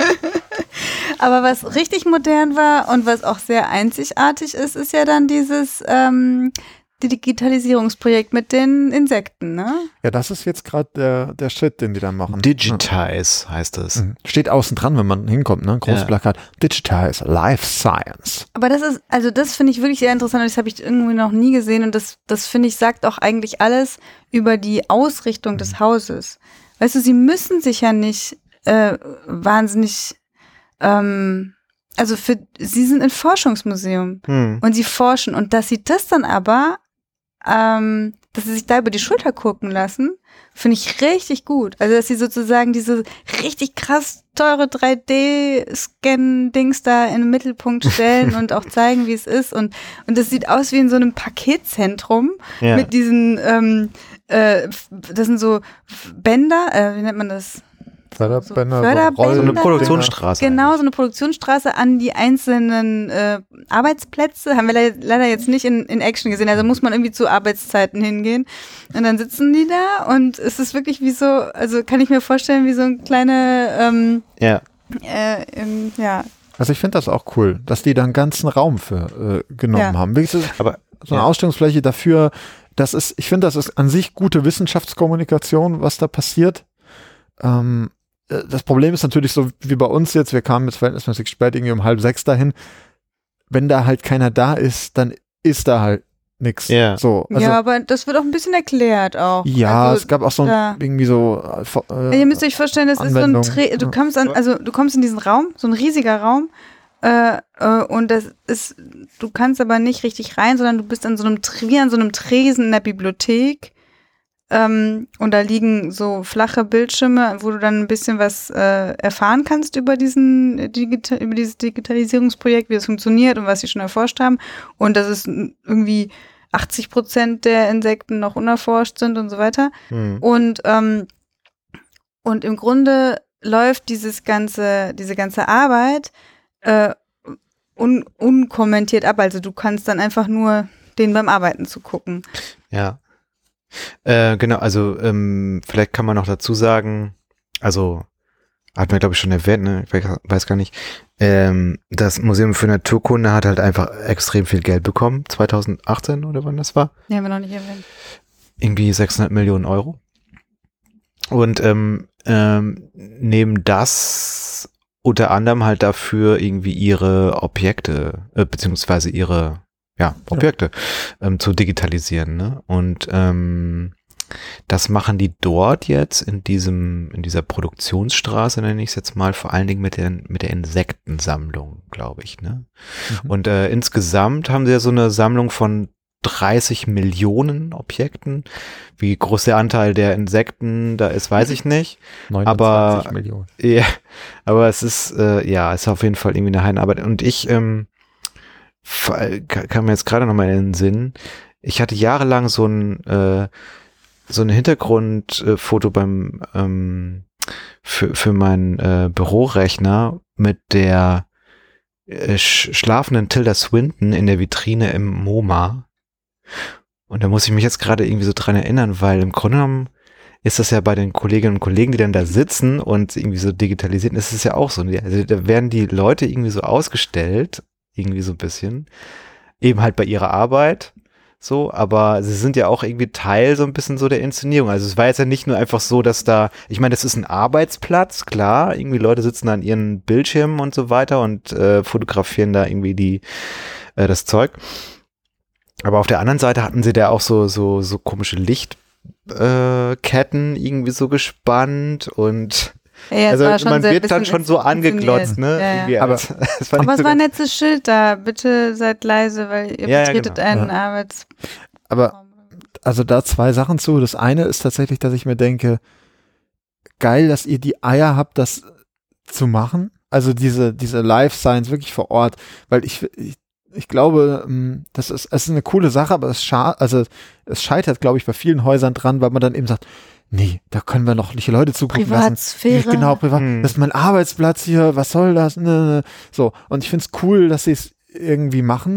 Aber was richtig modern war und was auch sehr einzigartig ist, ist ja dann dieses ähm, die Digitalisierungsprojekt mit den Insekten, ne? Ja, das ist jetzt gerade der, der Schritt, den die da machen. Digitize heißt es. Mhm. Steht außen dran, wenn man hinkommt, ne? Ein großes Ja. Plakat. Digitize Life Science. Aber das ist, also das finde ich wirklich sehr interessant und das habe ich irgendwie noch nie gesehen und das, das finde ich, sagt auch eigentlich alles über die Ausrichtung des Hauses. Weißt du, sie müssen sich ja nicht äh, wahnsinnig, ähm, also für, sie sind ein Forschungsmuseum Hm. und sie forschen und dass sie das dann aber, ähm, dass sie sich da über die Schulter gucken lassen, finde ich richtig gut. Also, dass sie sozusagen diese richtig krass teure drei D-Scan-Dings da in den Mittelpunkt stellen und auch zeigen, wie es ist. Und, und das sieht aus wie in so einem Paketzentrum Ja. mit diesen, ähm, äh, das sind so Bänder, äh, wie nennt man das? Förderbänder, Förderbänder. So eine Roll- Produktionsstraße. Genau, so eine Produktionsstraße an die einzelnen äh, Arbeitsplätze. Haben wir le leider jetzt nicht in, in Action gesehen. Also muss man irgendwie zu Arbeitszeiten hingehen. Und dann sitzen die da und es ist wirklich wie so, also kann ich mir vorstellen, wie so ein kleine, ähm, Ja. äh, ähm, ja. Also ich finde das auch cool, dass die da einen ganzen Raum für äh, genommen Ja. haben. Wirklich so, Aber so eine ja. Ausstellungsfläche dafür, das ist, ich finde, das ist an sich gute Wissenschaftskommunikation, was da passiert. Ähm, äh, das Problem ist natürlich so wie bei uns jetzt, wir kamen jetzt verhältnismäßig spät, irgendwie um halb sechs dahin. Wenn da halt keiner da ist, dann ist da halt nichts. Ja. So, also, ja, aber das wird auch ein bisschen erklärt auch. ja, also, es gab auch so ein, ja. irgendwie so äh, Ihr müsst euch vorstellen, das ist so ein Anwendung. Tre du kommst an, also du kommst in diesen Raum, so ein riesiger Raum, äh, äh, und das ist, du kannst aber nicht richtig rein, sondern du bist an so einem, Tre- wie an so einem Tresen in der Bibliothek, ähm, und da liegen so flache Bildschirme, wo du dann ein bisschen was äh, erfahren kannst über diesen äh, Digita über dieses Digitalisierungsprojekt, wie es funktioniert und was sie schon erforscht haben, und das ist irgendwie achtzig Prozent der Insekten noch unerforscht sind und so weiter. Hm. Und, ähm, und im Grunde läuft dieses ganze, diese ganze Arbeit äh, un unkommentiert ab. Also du kannst dann einfach nur denen beim Arbeiten zugucken. Ja. Äh, genau, also ähm, vielleicht kann man noch dazu sagen, also hat man glaube ich schon erwähnt, ne? Ich weiß, weiß gar nicht, ähm, das Museum für Naturkunde hat halt einfach extrem viel Geld bekommen, zwanzig achtzehn oder wann das war, Ja, haben wir noch nicht erwähnt. irgendwie sechshundert Millionen Euro. Und ähm, ähm, nehmen das unter anderem halt dafür irgendwie ihre Objekte, äh, beziehungsweise ihre ja, Objekte ja. Ähm, zu digitalisieren. Ne? Und ähm, das machen die dort jetzt in diesem, in dieser Produktionsstraße, nenne ich es jetzt mal, vor allen Dingen mit der, mit der Insektensammlung, glaube ich. Ne? Mhm. Und äh, insgesamt haben sie ja so eine Sammlung von dreißig Millionen Objekten. Wie groß der Anteil der Insekten da ist, weiß ich nicht. neunundzwanzig aber, Millionen. Ja, aber es ist, äh, ja, es ist auf jeden Fall irgendwie eine Heidenarbeit. Und ich ähm, kam mir jetzt gerade nochmal in den Sinn, ich hatte jahrelang so ein äh, so ein Hintergrundfoto beim ähm, für, für meinen äh, Bürorechner mit der äh, sch schlafenden Tilda Swinton in der Vitrine im MoMA. Und da muss ich mich jetzt gerade irgendwie so dran erinnern, weil im Grunde genommen ist das ja bei den Kolleginnen und Kollegen, die dann da sitzen und irgendwie so digitalisieren, ist es ja auch so. Also da werden die Leute irgendwie so ausgestellt, irgendwie so ein bisschen, eben halt bei ihrer Arbeit. So, aber sie sind ja auch irgendwie Teil so ein bisschen so der Inszenierung. Also es war jetzt ja nicht nur einfach so, dass da, ich meine, das ist ein Arbeitsplatz, klar, irgendwie Leute sitzen an ihren Bildschirmen und so weiter und äh, fotografieren da irgendwie die äh, das Zeug. Aber auf der anderen Seite hatten sie da auch so so so komische Lichtketten äh, irgendwie so gespannt und ja, also man wird dann schon so angeglotzt, ne? Ja, ja. Aber, aber, aber es war ein nettes Schild da, bitte seid leise, weil ihr ja, betretet ja, genau. einen ja. Arbeits... Aber also da zwei Sachen zu. Das eine ist tatsächlich, dass ich mir denke, geil, dass ihr die Eier habt, das zu machen. Also diese, diese Life Science wirklich vor Ort, weil ich, ich Ich glaube, das ist, es ist eine coole Sache, aber es, scha also es scheitert, glaube ich, bei vielen Häusern dran, weil man dann eben sagt, nee, da können wir noch nicht Leute zugucken Privatsphäre. lassen. Genau, privat. Hm. Das ist mein Arbeitsplatz hier, was soll das? So, und ich finde es cool, dass sie es irgendwie machen.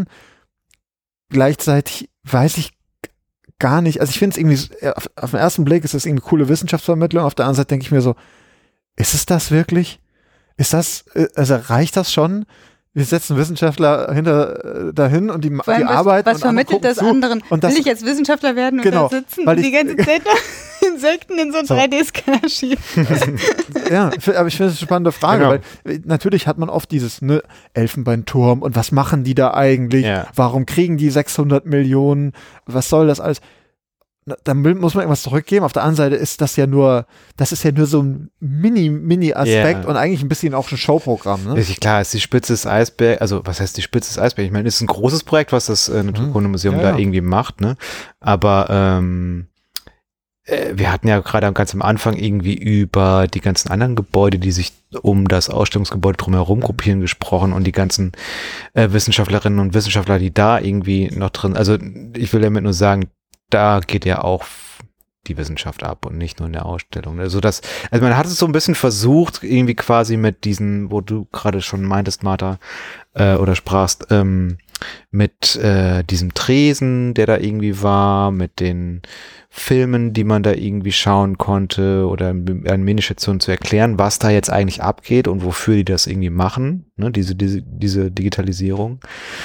Gleichzeitig weiß ich gar nicht, also ich finde es irgendwie, auf, auf den ersten Blick ist es irgendwie coole Wissenschaftsvermittlung, auf der anderen Seite denke ich mir so, ist es das wirklich? Ist das, also reicht das schon? Wir setzen Wissenschaftler hinter äh, dahin und die, die was, arbeiten. Was vermittelt das zu. anderen? Und das, Will ich jetzt Wissenschaftler werden genau, und da sitzen weil und ich, die ganze Zeit Insekten in so einen so. drei D-Scanner schieben? Also, ja, aber ich finde das eine spannende Frage, genau. weil natürlich hat man oft dieses ne, Elfenbeinturm und was machen die da eigentlich? Ja. Warum kriegen die sechshundert Millionen? Was soll das alles? Dann muss man irgendwas zurückgeben. Auf der anderen Seite ist das ja nur, das ist ja nur so ein mini, mini Aspekt yeah. und eigentlich ein bisschen auch ein Showprogramm. Ne? Ist klar, ist die Spitze des Eisbergs, also was heißt die Spitze des Eisbergs? Ich meine, es ist ein großes Projekt, was das äh, Naturkundemuseum ja, da ja. irgendwie macht, ne? Aber ähm, äh, wir hatten ja gerade ganz am Anfang irgendwie über die ganzen anderen Gebäude, die sich um das Ausstellungsgebäude drumherum gruppieren, gesprochen und die ganzen äh, Wissenschaftlerinnen und Wissenschaftler, die da irgendwie noch drin, also ich will damit nur sagen, da geht ja auch die Wissenschaft ab und nicht nur in der Ausstellung. Also das, also man hat es so ein bisschen versucht, irgendwie quasi mit diesen, wo du gerade schon meintest, Martha, äh, oder sprachst, ähm, mit äh, diesem Tresen, der da irgendwie war, mit den Filmen, die man da irgendwie schauen konnte oder an Ministationen zu erklären, was da jetzt eigentlich abgeht und wofür die das irgendwie machen, ne, diese, diese, diese Digitalisierung.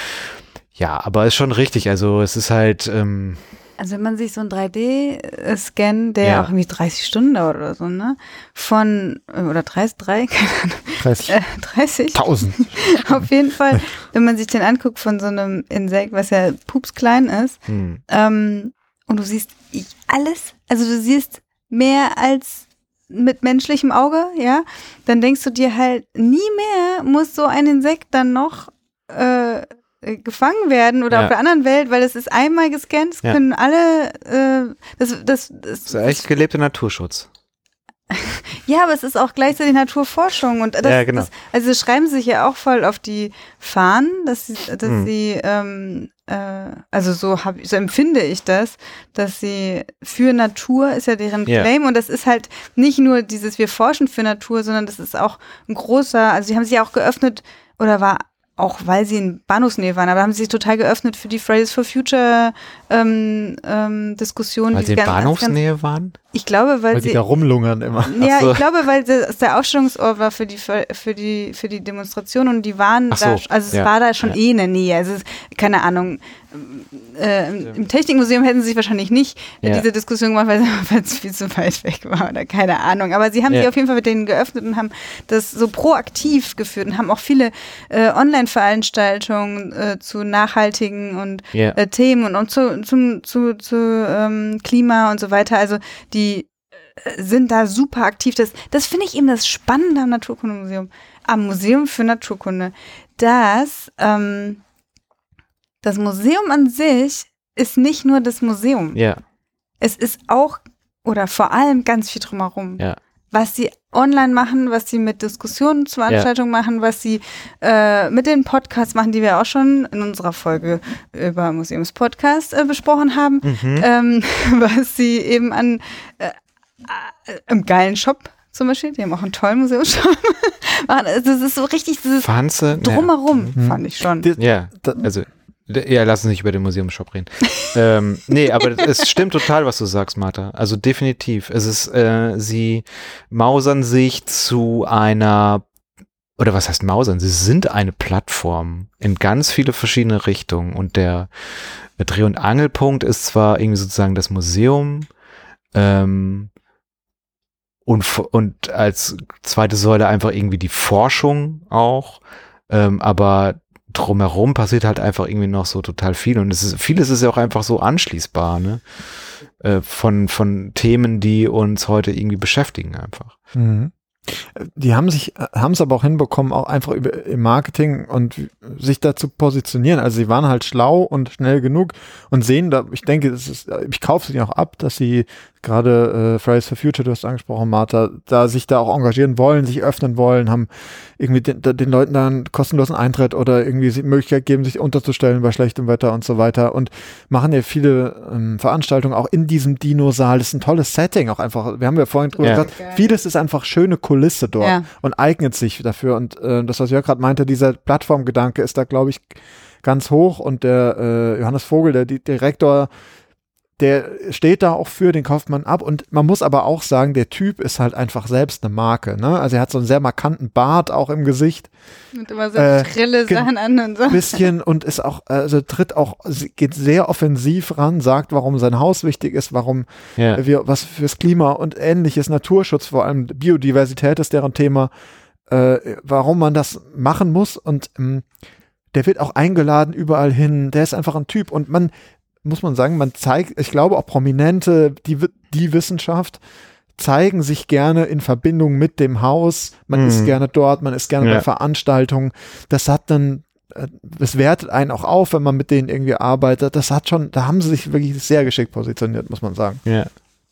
Ja, aber ist schon richtig, also es ist halt, ähm, also wenn man sich so ein drei D-Scan, der ja. auch irgendwie dreißig Stunden dauert oder so, ne? Von, oder dreißig, drei, keine Ahnung. dreißig. Äh, dreißig. tausend. Auf jeden Fall, wenn man sich den anguckt von so einem Insekt, was ja pupsklein ist, hm. ähm, und du siehst alles, also du siehst mehr als mit menschlichem Auge, ja, dann denkst du dir halt, nie mehr muss so ein Insekt dann noch äh, gefangen werden oder ja. auf der anderen Welt, weil es ist einmal gescannt, es ja. können alle äh, das, das, das, das ist echt gelebter Naturschutz. Ja, aber es ist auch gleichzeitig Naturforschung und das, ja, genau. das, also sie schreiben sich ja auch voll auf die Fahnen, dass sie, dass hm. sie ähm, äh, also so hab, so empfinde ich das, dass sie für Natur ist ja deren yeah. Claim und das ist halt nicht nur dieses wir forschen für Natur, sondern das ist auch ein großer, also sie haben sich ja auch geöffnet oder war auch weil sie in Bahnhofsnähe waren, aber haben sie sich total geöffnet für die Fridays for Future ähm, ähm, Diskussionen. Weil sie in Bahnhofsnähe waren? Ich glaube, weil, Weil sie die da rumlungern immer. Ja, Ach so. ich glaube, weil das der Aufstellungsort war für die für, für die für die Demonstration und die waren Ach so, da, also es ja. war da schon Ja. eh in der Nähe. Also es, keine Ahnung. Äh, im, Im Technikmuseum hätten sie sich wahrscheinlich nicht äh, Ja. diese Diskussion gemacht, weil weil es viel zu weit weg war oder keine Ahnung. Aber sie haben Ja. sich auf jeden Fall mit denen geöffnet und haben das so proaktiv geführt und haben auch viele äh, Online-Veranstaltungen äh, zu nachhaltigen und Ja. äh, Themen und, und zu, zum, zu, zu ähm, Klima und so weiter. Also die äh, sind da super aktiv. Das, das finde ich eben das Spannende am Naturkundemuseum, am Museum für Naturkunde, dass ähm, das Museum an sich ist nicht nur das Museum. Ja. Es ist auch oder vor allem ganz viel drumherum. Ja. Was sie online machen, was sie mit Diskussionsveranstaltungen ja. machen, was sie äh, mit den Podcasts machen, die wir auch schon in unserer Folge über Museumspodcast äh, besprochen haben, Mhm. ähm, was sie eben an äh, äh, im geilen Shop zum Beispiel, die haben auch einen tollen Museumsshop machen. Also das ist so richtig dieses Fanze, Drumherum, Mhm. fand ich schon. Die- Ja, Da- also, d- ja, lass uns nicht über den Museumsshop reden. ähm, nee, aber es stimmt total, was du sagst, Martha. Also definitiv. Es ist, äh, sie mausern sich zu einer, oder was heißt mausern? Sie sind eine Plattform in ganz viele verschiedene Richtungen. Und der Dreh- und Angelpunkt ist zwar irgendwie sozusagen das Museum, ähm, und, f- und als zweite Säule einfach irgendwie die Forschung auch, ähm, aber drumherum passiert halt einfach irgendwie noch so total viel und es ist, vieles ist ja auch einfach so anschließbar, ne? Äh, von, von Themen, die uns heute irgendwie beschäftigen einfach. Mhm. Die haben sich, haben es aber auch hinbekommen, auch einfach über, im Marketing und sich dazu positionieren. Also sie waren halt schlau und schnell genug und sehen da, ich denke, das ist, ich kaufe sie auch ab, dass sie gerade äh, Fridays for Future, du hast angesprochen, Martha, da sich da auch engagieren wollen, sich öffnen wollen, haben irgendwie den, den Leuten dann kostenlosen Eintritt oder irgendwie die Möglichkeit geben, sich unterzustellen bei schlechtem Wetter und so weiter und machen ja viele ähm, Veranstaltungen auch in diesem Dino-Saal. Das ist ein tolles Setting auch einfach. Wir haben ja vorhin drüber Ja. gesagt, Geil. vieles ist einfach schöne Kulisse dort Ja. und eignet sich dafür. Und äh, das, was Jörg gerade meinte, dieser Plattformgedanke ist da, glaube ich, ganz hoch. Und der äh, Johannes Vogel, der die Direktor, der steht da auch für, den kauft man ab. Und man muss aber auch sagen, der Typ ist halt einfach selbst eine Marke. Ne? Also er hat so einen sehr markanten Bart auch im Gesicht. Und immer so Äh, schrille gen- Sachen an und so. Bisschen und ist auch, also tritt auch, geht sehr offensiv ran, sagt, warum sein Haus wichtig ist, warum Ja. wir was fürs Klima und ähnliches, Naturschutz, vor allem Biodiversität ist deren Thema, äh, warum man das machen muss und ähm, der wird auch eingeladen überall hin, der ist einfach ein Typ und man, muss man sagen, man zeigt, ich glaube auch Prominente, die, Wi- die Wissenschaft zeigen sich gerne in Verbindung mit dem Haus, man Mhm. ist gerne dort, man ist gerne Ja. bei Veranstaltungen, das hat dann äh, es wertet einen auch auf, wenn man mit denen irgendwie arbeitet. Das hat schon, da haben sie sich wirklich sehr geschickt positioniert, muss man sagen. Ja.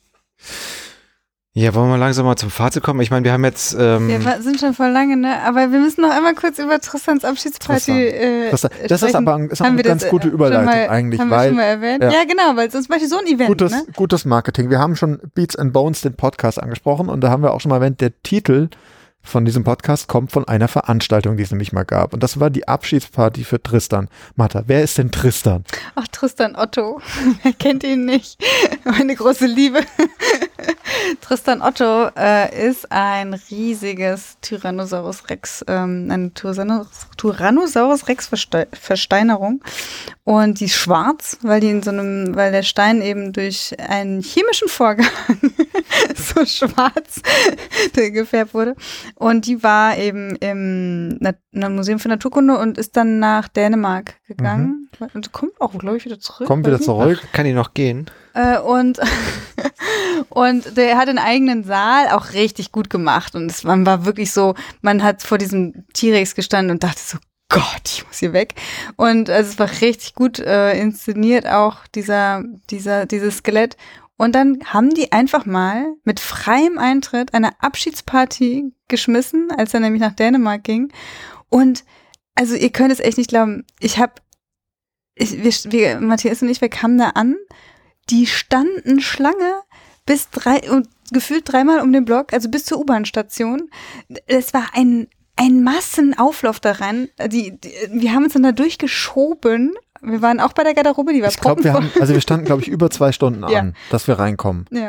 Ja, wollen wir langsam mal zum Fazit kommen? Ich meine, wir haben jetzt, ähm, Wir wa- sind schon voll lange, ne? Aber wir müssen noch einmal kurz über Tristans Abschiedsparty äh, Das, das ist sprechen. aber ein, ist auch Haben eine wir ganz das, gute äh, schon Überleitung mal, eigentlich, haben wir weil schon mal erwähnt? ja. Ja, genau, weil sonst Beispiel so ein Event, gutes, ne? gutes Marketing. Wir haben schon Beats and Bones, den Podcast, angesprochen und da haben wir auch schon mal erwähnt, der Titel von diesem Podcast kommt von einer Veranstaltung, die es nämlich mal gab. Und das war die Abschiedsparty für Tristan. Martha, wer ist denn Tristan? Ach, Tristan Otto. Wer kennt ihn nicht? Meine große Liebe. Tristan Otto äh, ist ein riesiges Tyrannosaurus Rex, ähm, eine Tyrannos- Tyrannosaurus Rex Verste Versteinerung. Und die ist schwarz, weil die in so einem, weil der Stein eben durch einen chemischen Vorgang so schwarz gefärbt wurde. Und die war eben im Na im Museum für Naturkunde und ist dann nach Dänemark gegangen. Und kommt auch, glaube ich, wieder zurück. Kommt weiß wieder nicht. zurück. kann die noch gehen? Äh, und, und der hat einen eigenen Saal auch richtig gut gemacht. Und es, man war wirklich so, man hat vor diesem T-Rex gestanden und dachte so, Gott, ich muss hier weg. Und also es war richtig gut äh, inszeniert, auch dieser, dieser, dieses Skelett. Und dann haben die einfach mal mit freiem Eintritt eine Abschiedsparty geschmissen, als er nämlich nach Dänemark ging. Und also ihr könnt es echt nicht glauben, ich habe, ich, wir, wir, Matthias und ich, wir kamen da an, die standen Schlange bis drei, und gefühlt dreimal um den Block, also bis zur U-Bahn-Station. Es war ein, ein Massenauflauf da rein. Die, die, wir haben uns dann da durchgeschoben. Wir waren auch bei der Garderobe, die war Ich glaube, wir proppenvoll. haben, also wir standen, glaube ich, über zwei Stunden Ja. an, dass wir reinkommen. Ja.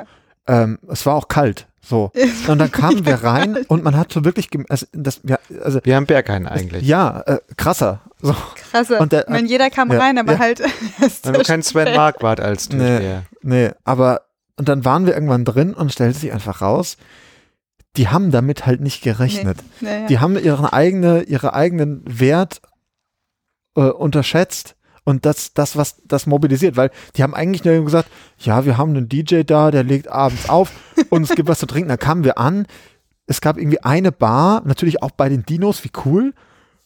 ähm, es war auch kalt. So. Und dann kamen wir rein und man hat so wirklich, gem- also, das, ja, also Wir haben Berghain eigentlich. ja, äh, krasser. So. Krasse. Und der- ich meine, jeder kam ja, rein, aber ja. halt. Wenn du kein Sven Marquardt als Türsteher. Nee, aber und dann waren wir irgendwann drin und stellte sich einfach raus, die haben damit halt nicht gerechnet. Nee. Ja, ja. Die haben ihren eigene, ihre eigenen Wert äh, unterschätzt und das, das, was das mobilisiert, weil die haben eigentlich nur gesagt, ja, wir haben einen D J da, der legt abends auf und es gibt was zu trinken. Dann kamen wir an, es gab irgendwie eine Bar, natürlich auch bei den Dinos, wie cool,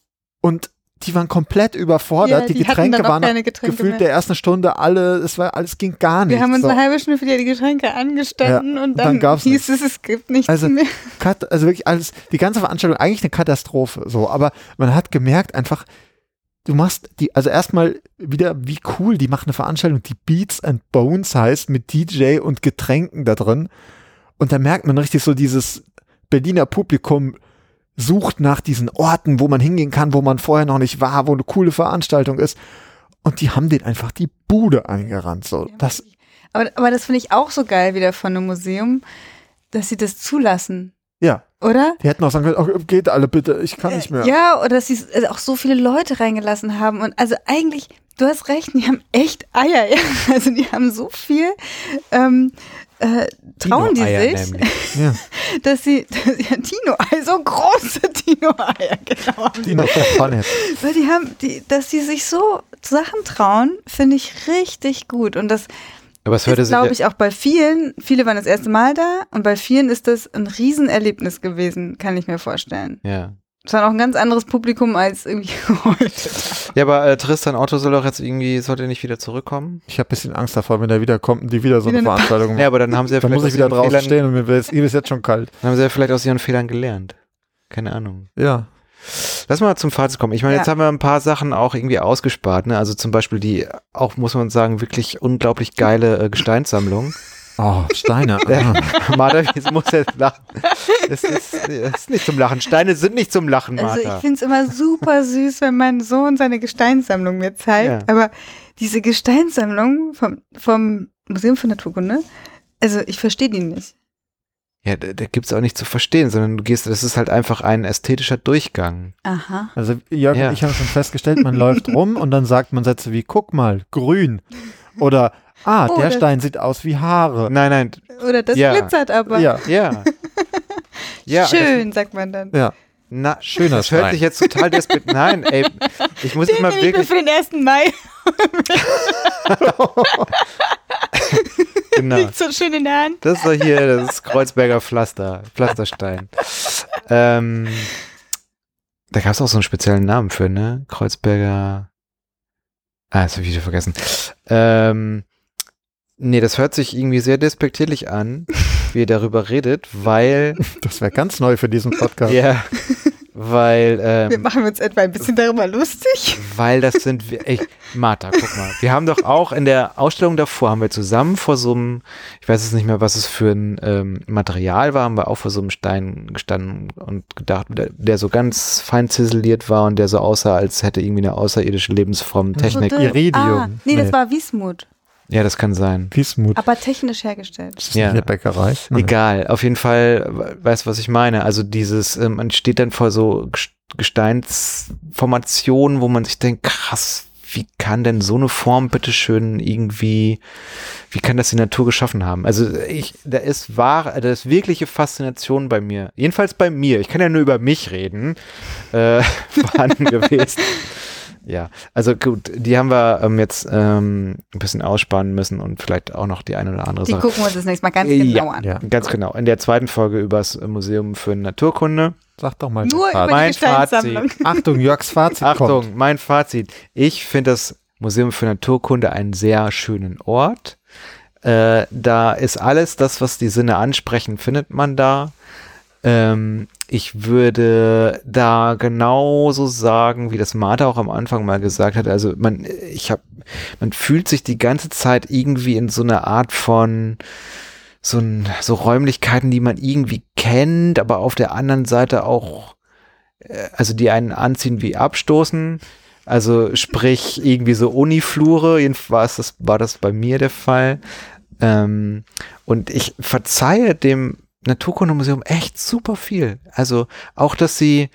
und die waren komplett überfordert. Ja, die, die hatten Getränke dann auch waren nach keine Getränke gefühlt mehr. der ersten Stunde alle, es war alles ging gar nicht. Wir haben uns so. eine halbe Stunde für die Getränke angestanden Ja, und und dann, dann gab's hieß es, es gibt nichts Also, mehr. Kat- also wirklich alles, die ganze Veranstaltung eigentlich eine Katastrophe, so, aber man hat gemerkt einfach, du machst die, also erstmal wieder, wie cool, die machen eine Veranstaltung, die Beats and Bones heißt, mit D J und Getränken da drin, und da merkt man richtig so dieses Berliner Publikum sucht nach diesen Orten, wo man hingehen kann, wo man vorher noch nicht war, wo eine coole Veranstaltung ist, und die haben den einfach die Bude eingerannt, so, das, Aber, aber das finde ich auch so geil wieder von einem Museum, dass sie das zulassen, ja, oder? die hätten auch sagen können, oh, geht alle bitte, ich kann nicht mehr. Ja, oder dass sie also auch so viele Leute reingelassen haben. Und also eigentlich, du hast recht, die haben echt Eier. Ja? Also die haben so viel, ähm, äh, trauen die Dino-Eier sich, nämlich. Ja. dass sie, dass, ja, Dino-Eier, so große Dino-Eier, genau. Haben Die noch vorne. Weil die haben, die, dass die sich so Sachen trauen, finde ich richtig gut. Und das Aber es hörte ist, sich glaube ja- ich, auch bei vielen, viele waren das erste Mal da und bei vielen ist das ein Riesenerlebnis gewesen, kann ich mir vorstellen. Ja. Es war auch ein ganz anderes Publikum als irgendwie heute. Ja, aber äh, Tristan Otto soll doch jetzt irgendwie, sollte er nicht wieder zurückkommen? Ich habe ein bisschen Angst davor, wenn der wiederkommt und die wieder so Wieder eine eine Veranstaltung machen. Ja, aber dann haben sie ja Dann vielleicht muss ich aus wieder ihren draußen Fehlern, stehen und mir ist, mir ist jetzt schon kalt. dann haben sie ja vielleicht aus ihren Fehlern gelernt. Keine Ahnung. Ja. Lass mal zum Fazit kommen. Ich meine, Ja. jetzt haben wir ein paar Sachen auch irgendwie ausgespart, ne? Also zum Beispiel die, auch muss man sagen, wirklich unglaublich geile äh, Gesteinssammlung. Oh, Steine. Ja. Ah. Martha, jetzt muss jetzt lachen. Das ist, das ist nicht zum Lachen. Steine sind nicht zum Lachen, Martha. Also ich finde es immer super süß, wenn mein Sohn seine Gesteinssammlung mir zeigt. Ja. Aber diese Gesteinssammlung vom, vom Museum für Naturkunde, also ich verstehe die nicht. Ja, da, da gibt es auch nicht zu verstehen, sondern du gehst, das ist halt einfach ein ästhetischer Durchgang. Aha. Also Jörg Ja. und ich haben schon festgestellt, man läuft rum und dann sagt man Sätze wie, guck mal, grün. Oder, ah, Oh, der das- Stein sieht aus wie Haare. Nein, nein, Oder das Ja. glitzert aber. Ja, ja. ja Schön, sagt man dann. ja. Na, Schöner das hört Stein. sich jetzt total despot. Nein, ey, ich muss jetzt Den mal nehme ich mir wirklich. für den ersten Mai. Genau. Liegt so schön in der Hand. Das ist doch hier das Kreuzberger Pflaster, Pflasterstein. ähm, da gab es auch so einen speziellen Namen für, ne? Kreuzberger. Ah, das habe ich wieder vergessen. Ähm, nee, das hört sich irgendwie sehr despektierlich an, wie ihr darüber redet, weil, Das wäre ganz neu für diesen Podcast. ja, weil, Wir ähm, machen uns etwa ein bisschen darüber lustig. weil das sind wir, ey, Martha, guck mal, wir haben doch auch in der Ausstellung davor, haben wir zusammen vor so einem, ich weiß jetzt nicht mehr, was es für ein ähm, Material war, haben wir auch vor so einem Stein gestanden und gedacht, der, der so ganz fein ziseliert war und der so aussah, als hätte irgendwie eine außerirdische Lebensform Technik. So dünn. Iridium. Ah, nee, das Nee. war Wismut. Ja, das kann sein. Wismut. Aber technisch hergestellt. Das ist Ja. nicht eine Bäckerei. Nein. Egal, auf jeden Fall, we- weißt du, was ich meine? Also dieses, ähm, man steht dann vor so Ges- Gesteinsformationen, wo man sich denkt, krass, wie kann denn so eine Form bitteschön irgendwie, wie kann das die Natur geschaffen haben? Also ich, da ist wahr, da ist wirkliche Faszination bei mir. Jedenfalls bei mir. Ich kann ja nur über mich reden, äh, vorhanden gewesen. Ja, also gut, die haben wir ähm, jetzt ähm, ein bisschen aussparen müssen und vielleicht auch noch die eine oder andere Die Sache. gucken wir uns das nächste Mal ganz Ja. genau an. Ja. Ganz genau. In der zweiten Folge über das Museum für Naturkunde. Sag doch mal. Nur dein über Fazit. die Mein Gesteinssammlung. Achtung, Jörgs Fazit Achtung, kommt. mein Fazit. Ich finde das Museum für Naturkunde einen sehr schönen Ort. Äh, da ist alles, das, was die Sinne ansprechen, findet man da. Ähm, ich würde da genauso sagen, wie das Martha auch am Anfang mal gesagt hat. Also man, ich habe, man fühlt sich die ganze Zeit irgendwie in so einer Art von so, ein, so Räumlichkeiten, die man irgendwie kennt, aber auf der anderen Seite auch, äh, also die einen anziehen wie abstoßen. Also sprich irgendwie so Uniflure, jedenfalls war das, war das bei mir der Fall. Ähm, und ich verzeihe dem Naturkundemuseum echt super viel. Also auch, dass sie,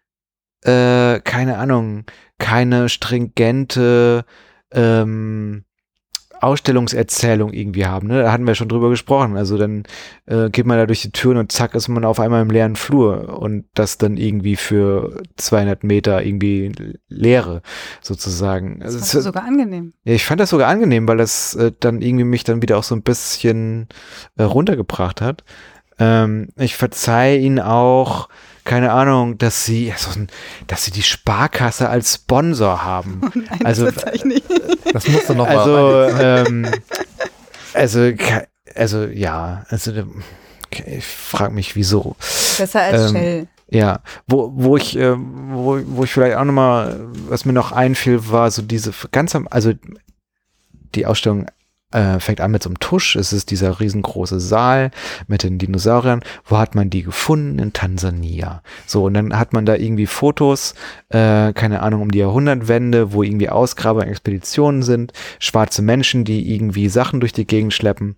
äh, keine Ahnung, keine stringente ähm, Ausstellungserzählung irgendwie haben. Ne? Da hatten wir schon drüber gesprochen. Also dann äh, geht man da durch die Türen und zack ist man auf einmal im leeren Flur und das dann irgendwie für zweihundert Meter irgendwie Leere sozusagen. Das also, ist sogar angenehm. Ja, ich fand das sogar angenehm, weil das äh, dann irgendwie mich dann wieder auch so ein bisschen äh, runtergebracht hat. Ähm, ich verzeihe ihnen auch, keine Ahnung, dass sie, also, dass sie die Sparkasse als Sponsor haben. Oh nein, also, das verzeihe ich nicht. Das musst du noch also, mal ähm, also, also, ja, also, okay, ich frage mich, wieso. Besser als Ähm, Shell. Ja, wo, wo ich, äh, wo, wo ich vielleicht auch nochmal, was mir noch einfiel, war so diese ganz am, also die Ausstellung äh, fängt an mit so einem Tusch. Es ist dieser riesengroße Saal mit den Dinosauriern. Wo hat man die gefunden? In Tansania. So, und dann hat man da irgendwie Fotos, äh, keine Ahnung, um die Jahrhundertwende, wo irgendwie Ausgrabungen, Expeditionen sind, schwarze Menschen, die irgendwie Sachen durch die Gegend schleppen.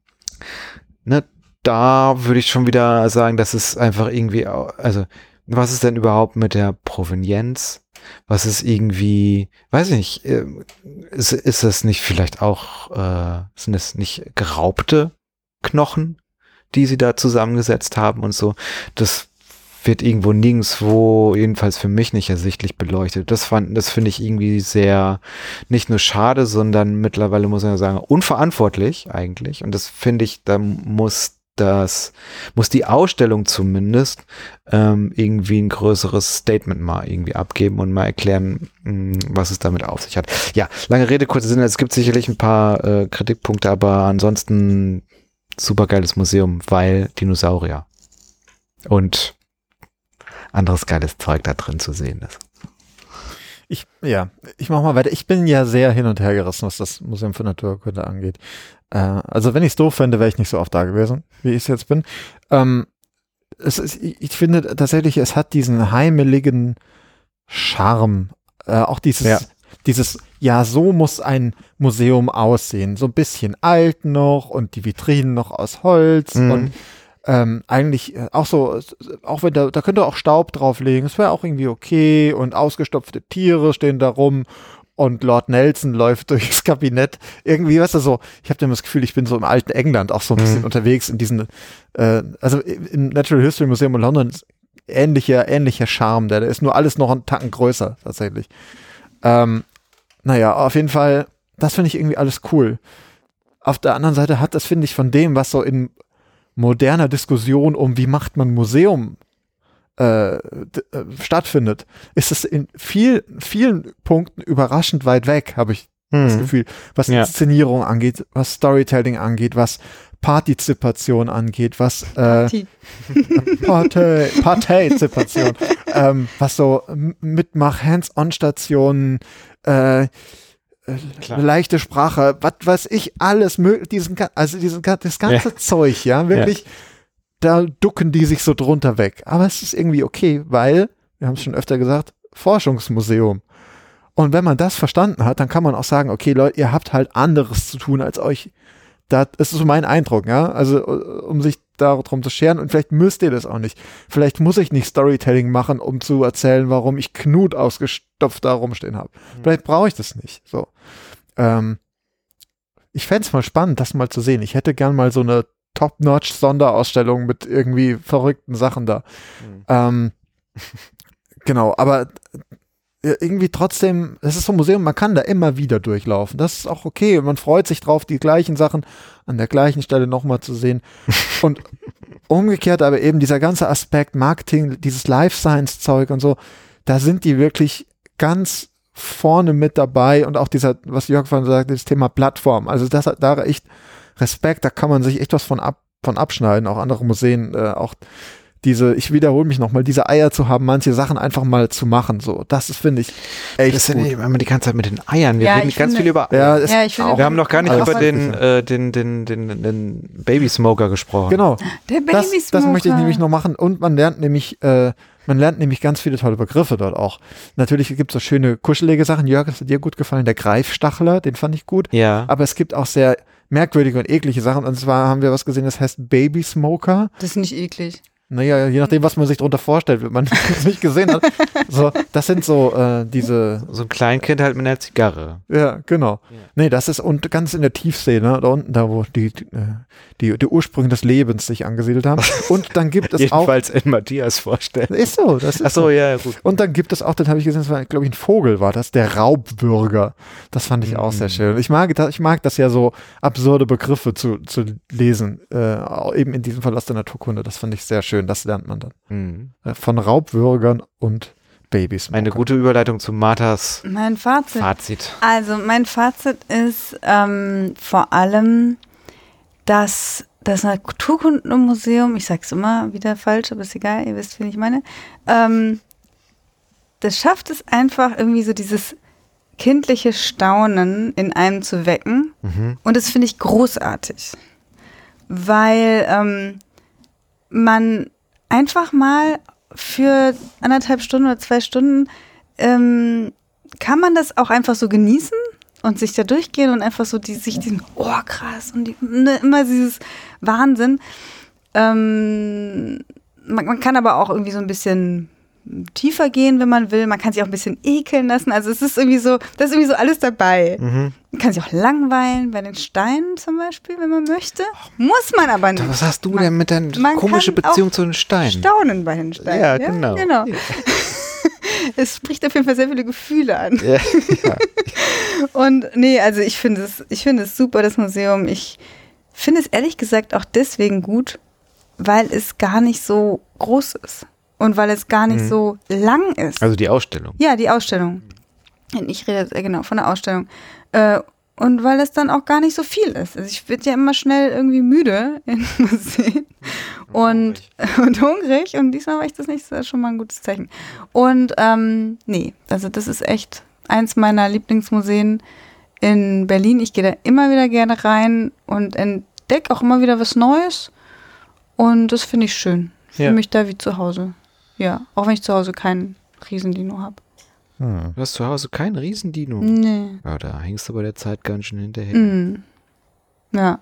Ne, da würde ich schon wieder sagen, das ist einfach irgendwie, also, was ist denn überhaupt mit der Provenienz? Was ist irgendwie, weiß ich nicht, äh, ist, ist das nicht vielleicht auch, äh, sind das nicht geraubte Knochen, die sie da zusammengesetzt haben und so? Das wird irgendwo nirgendwo, jedenfalls für mich nicht ersichtlich beleuchtet. Das fand, das finde ich irgendwie sehr, nicht nur schade, sondern mittlerweile muss man ja sagen, unverantwortlich eigentlich. Und das finde ich, da muss das, muss die Ausstellung zumindest ähm, irgendwie ein größeres Statement mal irgendwie abgeben und mal erklären, mh, was es damit auf sich hat. Ja, lange Rede, kurzer Sinn, es gibt sicherlich ein paar äh, Kritikpunkte, aber ansonsten super geiles Museum, weil Dinosaurier und anderes geiles Zeug da drin zu sehen ist. Ich, ja, ich mach mal weiter. Ich bin ja sehr hin und her gerissen, was das Museum für Naturkunde angeht. Äh, also wenn ich es doof fände, wäre ich nicht so oft da gewesen, wie ich es jetzt bin. Ähm, es ist, ich, ich finde tatsächlich, es hat diesen heimeligen Charme. Äh, auch dieses, Ja. dieses, ja, so muss ein Museum aussehen. So ein bisschen alt noch und die Vitrinen noch aus Holz Mhm. und Ähm, eigentlich äh, auch so, auch wenn da, da könnte auch Staub drauflegen, es wäre auch irgendwie okay und ausgestopfte Tiere stehen da rum und Lord Nelson läuft durchs Kabinett. Irgendwie, weißt du, so, ich habe immer das Gefühl, ich bin so im alten England auch so ein bisschen Mhm. unterwegs in diesen, äh, also im Natural History Museum in London ist ähnlicher, ähnlicher Charme, da, da ist nur alles noch einen Tacken größer, tatsächlich. Ähm, naja, auf jeden Fall, das finde ich irgendwie alles cool. Auf der anderen Seite hat das, finde ich, von dem, was so in moderner Diskussion um, wie macht man Museum äh, d- äh, stattfindet, ist es in viel, vielen Punkten überraschend weit weg, habe ich das Mhm. Gefühl, was Ja. Inszenierung angeht, was Storytelling angeht, was Partizipation angeht, was äh, Party. Partei, Partizipation, ähm, was so M- Mitmach, Hands-on-Stationen, äh, Klar. leichte Sprache, was weiß ich, alles möglich, diesen, ga- also diesen, ga- das ganze Ja. Zeug, ja, wirklich, da ducken die sich so drunter weg. Aber es ist irgendwie okay, weil, wir haben es schon öfter gesagt, Forschungsmuseum. Und wenn man das verstanden hat, dann kann man auch sagen, okay, Leute, ihr habt halt anderes zu tun, als euch, das ist so mein Eindruck, ja, also um sich darum zu scheren und vielleicht müsst ihr das auch nicht. Vielleicht muss ich nicht Storytelling machen, um zu erzählen, warum ich Knut ausgestopft da rumstehen habe. Vielleicht brauche ich das nicht, so. Ähm, ich fände es mal spannend, das mal zu sehen. Ich hätte gern mal so eine Top-Notch-Sonderausstellung mit irgendwie verrückten Sachen da. Mhm. Ähm, genau, aber äh, irgendwie trotzdem, es ist so ein Museum, man kann da immer wieder durchlaufen. Das ist auch okay. Man freut sich drauf, die gleichen Sachen an der gleichen Stelle nochmal zu sehen. Und umgekehrt aber eben dieser ganze Aspekt Marketing, dieses Life-Science-Zeug und so, da sind die wirklich ganz vorne mit dabei und auch dieser, was Jörg vorhin sagte, das Thema Plattform. Also das hat da echt Respekt, da kann man sich echt was von, ab, von abschneiden, auch andere Museen, äh, auch diese, ich wiederhole mich nochmal, diese Eier zu haben, manche Sachen einfach mal zu machen, so, das ist, finde ich, echt Das sind gut. ja immer die ganze Zeit mit den Eiern. Wir Ja, reden ich ganz finde- viel über Ja, Eier. ist Ja, ich finde auch, Wir haben noch gar nicht alles über den, Mögliche. äh, den, den, den, den Babysmoker gesprochen. Genau, Der das, Babysmoker. das möchte ich nämlich noch machen und man lernt nämlich, äh, man lernt nämlich ganz viele tolle Begriffe dort auch. Natürlich gibt es so schöne kuschelige Sachen. Jörg, das hat dir gut gefallen, der Greifstachler, den fand ich gut. Ja. Aber es gibt auch sehr merkwürdige und eklige Sachen. Und zwar haben wir was gesehen, das heißt Baby Smoker. Das ist nicht eklig. Naja, je nachdem, was man sich darunter vorstellt, wenn man es nicht gesehen hat. So, das sind so äh, diese... So ein Kleinkind halt mit einer Zigarre. Ja, genau. Ja. Nee, das ist und ganz in der Tiefsee, ne, da unten, da wo die, die, die Ursprünge des Lebens sich angesiedelt haben. Und dann gibt es Jedenfalls auch... in Matthias vorstellen. Ist so, das ist Ach so, so. ja, gut. Und dann gibt es auch, dann habe ich gesehen, das war, glaube ich, ein Vogel war das, der Raubbürger. Das fand ich auch Mhm. sehr schön. Ich mag, das- ich mag das ja so, absurde Begriffe zu, zu lesen, äh, eben in diesem Fall aus der Naturkunde. Das fand ich sehr schön, das lernt man dann. Mhm. Äh, von Raubwürgern und Babys. Eine gute Überleitung zu Marthas Mein Fazit. Fazit. Also mein Fazit ist ähm, vor allem, dass das Naturkundenmuseum, ich sag's immer wieder falsch, aber ist egal, ihr wisst, wen ich meine, ähm, das schafft es einfach irgendwie so dieses kindliche Staunen in einem zu wecken. Mhm. Und das finde ich großartig, weil ähm, man einfach mal für anderthalb Stunden oder zwei Stunden ähm, kann man das auch einfach so genießen und sich da durchgehen und einfach so die, sich diesen, oh krass, und die, ne, immer dieses Wahnsinn. Ähm, man, man kann aber auch irgendwie so ein bisschen tiefer gehen, wenn man will. Man kann sich auch ein bisschen ekeln lassen. Also es ist irgendwie so, das ist irgendwie so alles dabei. Mhm. Man kann sich auch langweilen bei den Steinen zum Beispiel, wenn man möchte. Muss man aber nicht. Was hast du Man- denn mit deiner man komischen kann Beziehung auch zu den Steinen? Staunen bei den Steinen. Ja, genau. genau. Es spricht auf jeden Fall sehr viele Gefühle an. Ja, ja. Und nee, also ich finde es, ich finde es super, das Museum. Ich finde es ehrlich gesagt auch deswegen gut, weil es gar nicht so groß ist. Und weil es gar nicht Mhm. so lang ist. Also die Ausstellung. Ja, die Ausstellung. Ich rede jetzt, äh, genau von der Ausstellung. Äh, und weil es dann auch gar nicht so viel ist. Also ich werde ja immer schnell irgendwie müde in Museen und, und hungrig. Und diesmal war ich das nicht. Das ist schon mal ein gutes Zeichen. Und ähm, nee, also das ist echt eins meiner Lieblingsmuseen in Berlin. Ich gehe da immer wieder gerne rein und entdecke auch immer wieder was Neues. Und das finde ich schön. Ich fühle Ja. mich da wie zu Hause. Ja, auch wenn ich zu Hause keinen Riesendino habe. Hm. Du hast zu Hause kein Riesendino. Nee. Ja, da hängst du bei der Zeit ganz schön hinterher. Mm. Ja.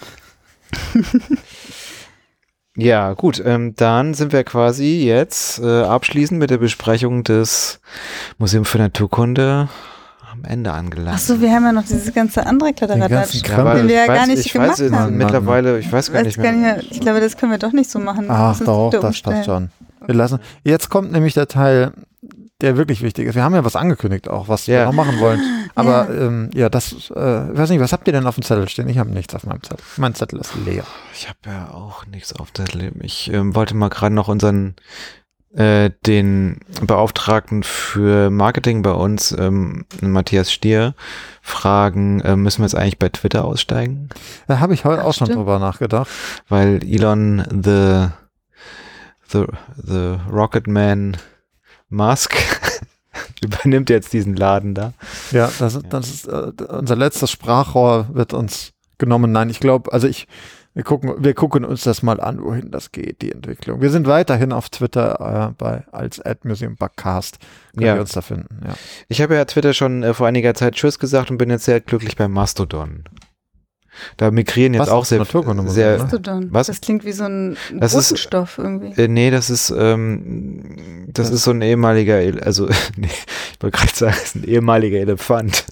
Ja, gut, ähm, dann sind wir quasi jetzt äh, abschließend mit der Besprechung des Museum für Naturkunde am Ende angelangt. Achso, wir haben ja noch dieses ganze andere Den ganzen Kladderadatsch, Kram. den wir ja ich gar weiß, nicht ich gemacht weiß, jetzt haben. mittlerweile, ich weiß gar Weiß nicht gar mehr. nicht mehr. Ich glaube, das können wir doch nicht so machen. Ach Lass uns doch, wieder das umstellen. passt schon. Wir lassen. Jetzt kommt nämlich der Teil, der wirklich wichtig ist. Wir haben ja was angekündigt auch, was wir Ja. noch machen wollen. Aber Ja. ja, ähm, ja das, äh, ich weiß nicht, was habt ihr denn auf dem Zettel stehen? Ich habe nichts auf meinem Zettel. Mein Zettel ist leer. Ich habe ja auch nichts auf der Lippe. Ich ähm, wollte mal gerade noch unseren, äh, den Beauftragten für Marketing bei uns, ähm, Matthias Stier, fragen, äh, müssen wir jetzt eigentlich bei Twitter aussteigen? Da habe ich heute Ach, auch schon stimmt. drüber nachgedacht. Weil Elon the, the, the Rocket Man Musk übernimmt jetzt diesen Laden da. Ja, das, ist- das ist äh, unser letztes Sprachrohr wird uns genommen. Nein, ich glaube, also ich, wir gucken, wir gucken uns das mal an, wohin das geht, die Entwicklung. Wir sind weiterhin auf Twitter äh, bei als @museumbackcast. Können Ja. wir uns da finden. Ja. Ich habe ja Twitter schon äh, vor einiger Zeit Tschüss gesagt und bin jetzt sehr glücklich bei Mastodon. Da migrieren jetzt Was? auch Das sehr, Naturkundemuseum, sehr ne? Mastodon. Was? Das klingt wie so ein Das ist- Botenstoff irgendwie. Äh, nee, das ist, ähm, das ist so ein ehemaliger, El also, nee, ich wollte gerade sagen, es ist ein ehemaliger Elefant.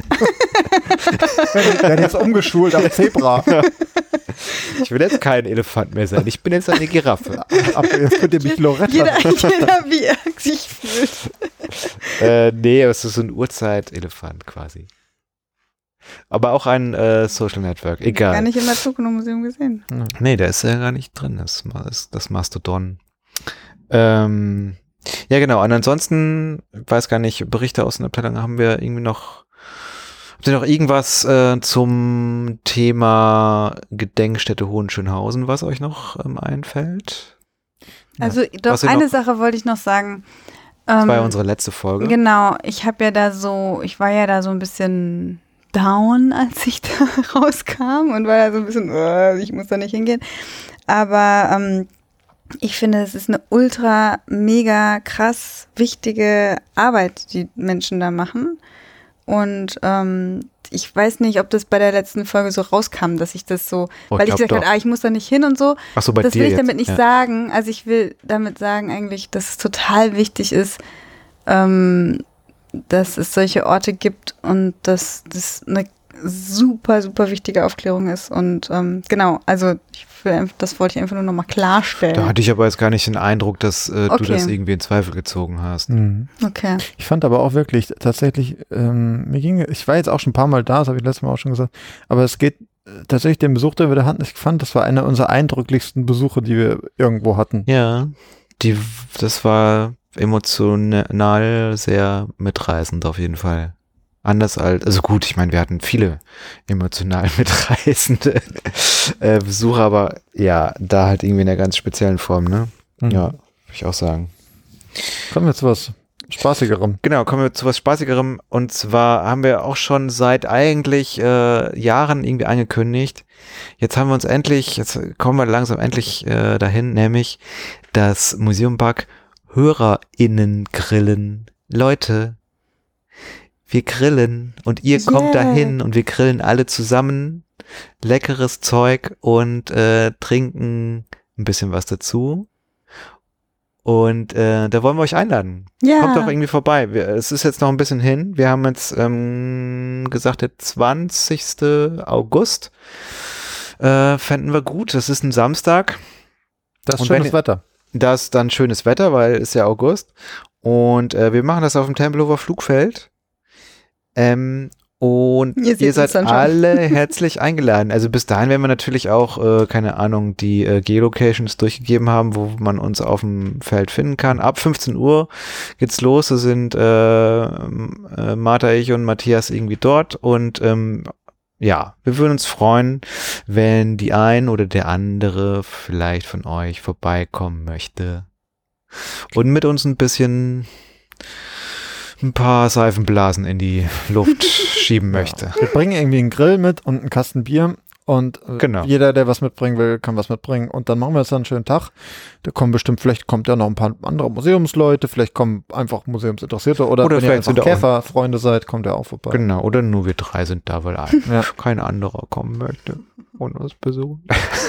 Wir werden jetzt umgeschult auf Zebra. Ich will jetzt kein Elefant mehr sein, ich bin jetzt eine Giraffe. Ab jetzt könnt ihr mich Loretta. Jeder, jeder, wie er sich fühlt. äh, nee, es ist so ein Urzeit-Elefant quasi. Aber auch ein äh, Social Network, egal. Gar nicht im Naturkundemuseum gesehen. Nee, der ist ja gar nicht drin, das, das, das Mastodon. Ähm, ja, genau. Und ansonsten, ich weiß gar nicht, Berichte aus den Abteilungen haben wir irgendwie noch. Habt ihr noch irgendwas äh, zum Thema Gedenkstätte Hohenschönhausen, was euch noch ähm, einfällt? Also doch, Was ihr eine noch- Sache wollte ich noch sagen. Das Ähm, war ja unsere letzte Folge. Genau, ich habe ja da so, ich war ja da so ein bisschen down, als ich da rauskam und war da so ein bisschen, äh, ich muss da nicht hingehen. Aber ähm, ich finde, es ist eine ultra, mega krass wichtige Arbeit, die Menschen da machen. Und ähm, ich weiß nicht, ob das bei der letzten Folge so rauskam, dass ich das so, Oh, weil ich ich glaub gesagt habe, doch. ah, ich muss da nicht hin und so. Ach so, bei Das dir will ich jetzt. damit nicht ja. sagen. Also ich will damit sagen eigentlich, dass es total wichtig ist, ähm, dass es solche Orte gibt und dass das eine super, super wichtige Aufklärung ist. Und ähm, genau, also ich will, das wollte ich einfach nur nochmal klarstellen. Da hatte ich aber jetzt gar nicht den Eindruck, dass äh, Okay. du das irgendwie in Zweifel gezogen hast. Mhm. Okay. Ich fand aber auch wirklich tatsächlich, ähm, mir ging, ich war jetzt auch schon ein paar Mal da, das habe ich letztes Mal auch schon gesagt, aber es geht äh, tatsächlich den Besuch, den wir da hatten, ich fand, das war einer unserer eindrücklichsten Besuche, die wir irgendwo hatten. Ja, die, das war emotional sehr mitreißend auf jeden Fall. Anders als, also gut, ich meine, wir hatten viele emotional mitreißende äh, Besucher, aber ja, da halt irgendwie in einer ganz speziellen Form, ne? Mhm. Ja, würde ich auch sagen. Kommen wir zu was Spaßigerem. Genau, kommen wir zu was Spaßigerem. Und zwar haben wir auch schon seit eigentlich äh, Jahren irgendwie angekündigt. Jetzt haben wir uns endlich, jetzt kommen wir langsam endlich äh, dahin, nämlich das Museum Bug HörerInnen grillen. Leute, wir grillen und ihr kommt Yeah. dahin und wir grillen alle zusammen. Leckeres Zeug und äh, trinken ein bisschen was dazu. Und äh, da wollen wir euch einladen. Ja. Kommt doch irgendwie vorbei. Wir, es ist jetzt noch ein bisschen hin. Wir haben jetzt ähm, gesagt, der zwanzigsten August äh, fänden wir gut. Das ist ein Samstag. Das ist Und wenn schönes ihr- Wetter. Das ist dann schönes Wetter, weil es ist ja August. Und äh, wir machen das auf dem Tempelhofer Flugfeld. Ähm, und Ihr seht ihr uns seid dann schon. alle herzlich eingeladen. Also bis dahin werden wir natürlich auch, äh, keine Ahnung, die äh, Geolocations durchgegeben haben, wo man uns auf dem Feld finden kann. Ab fünfzehn Uhr geht's los. Da sind äh, äh, Martha, ich und Matthias irgendwie dort. Und ähm, ja, wir würden uns freuen, wenn die ein oder der andere vielleicht von euch vorbeikommen möchte und mit uns ein bisschen ein paar Seifenblasen in die Luft schieben möchte. Wir bringen irgendwie einen Grill mit und einen Kasten Bier und äh, Genau. jeder, der was mitbringen will, kann was mitbringen und dann machen wir jetzt einen schönen Tag. Da kommen bestimmt, vielleicht kommt ja noch ein paar andere Museumsleute, vielleicht kommen einfach Museumsinteressierte oder, Oder wenn ihr vielleicht einfach sind auch- Käferfreunde seid, kommt ihr auch vorbei. Genau, oder nur wir drei sind da, weil ein, Ja. kein anderer kommen möchte und uns besuchen.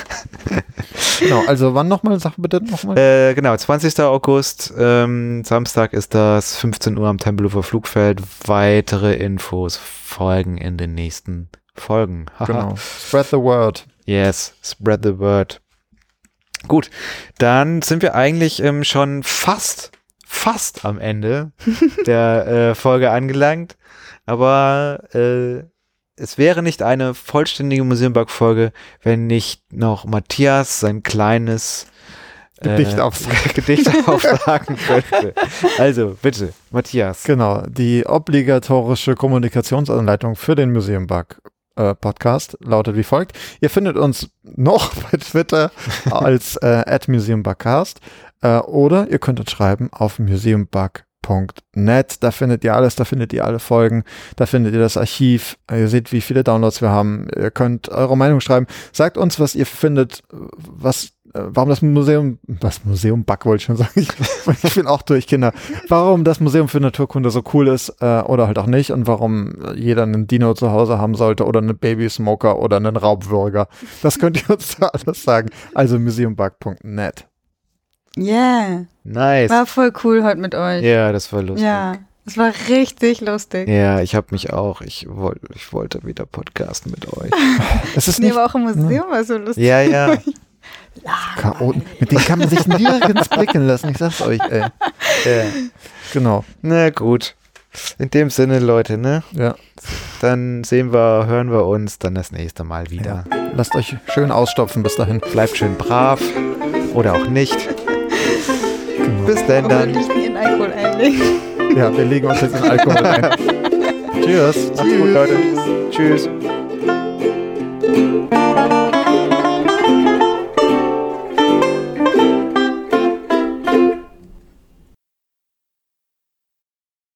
Genau, also wann nochmal? Sag bitte nochmal. Äh, genau, zwanzigsten August, ähm, Samstag ist das, fünfzehn Uhr am Tempelhofer Flugfeld. Weitere Infos folgen in den nächsten Folgen. Haha. Genau. Spread the word. Yes, spread the word. Gut, dann sind wir eigentlich ähm, schon fast, fast am Ende der äh, Folge angelangt. Aber äh, es wäre nicht eine vollständige Museum-Bug-Folge, wenn nicht noch Matthias sein kleines Gedicht äh, aufsagen. Gedicht aufsagen könnte. Also, bitte, Matthias. Genau, die obligatorische Kommunikationsanleitung für den Museum Bug äh, Podcast lautet wie folgt. Ihr findet uns noch bei Twitter als äh, at museumbugcast äh, oder ihr könnt uns schreiben auf museumbug punkt net. Da findet ihr alles, da findet ihr alle Folgen, da findet ihr das Archiv, ihr seht, wie viele Downloads wir haben, ihr könnt eure Meinung schreiben. Sagt uns, was ihr findet, was äh, warum das Museum, was Museum Bug wollte ich schon sagen, ich, ich bin auch durch, Kinder, warum das Museum für Naturkunde so cool ist äh, oder halt auch nicht und warum jeder einen Dino zu Hause haben sollte oder einen Babysmoker oder einen Raubwürger. Das könnt ihr uns da alles sagen. Also museumbug punkt net. Yeah. Nice. War voll cool heute mit euch. Ja, das war lustig. Ja, es war richtig lustig. Ja, ich habe mich auch, ich, wollt, ich wollte wieder podcasten mit euch. Es ist Nee, nicht aber auch im Museum war so lustig. Ja, ja. Chaoten. Mit denen kann man sich nirgends blicken lassen, ich sag's euch, ey. ja. Genau, Na gut. In dem Sinne, Leute, ne? ja. Dann sehen wir, hören wir uns dann das nächste Mal wieder. Lasst euch schön ausstopfen bis dahin. Bleibt schön brav oder auch nicht. Genau. Bis denn Aber dann. nicht in Alkohol einlegen. Ja, wir legen uns jetzt in Alkohol ein. Tschüss. Macht's gut, Leute. Tschüss.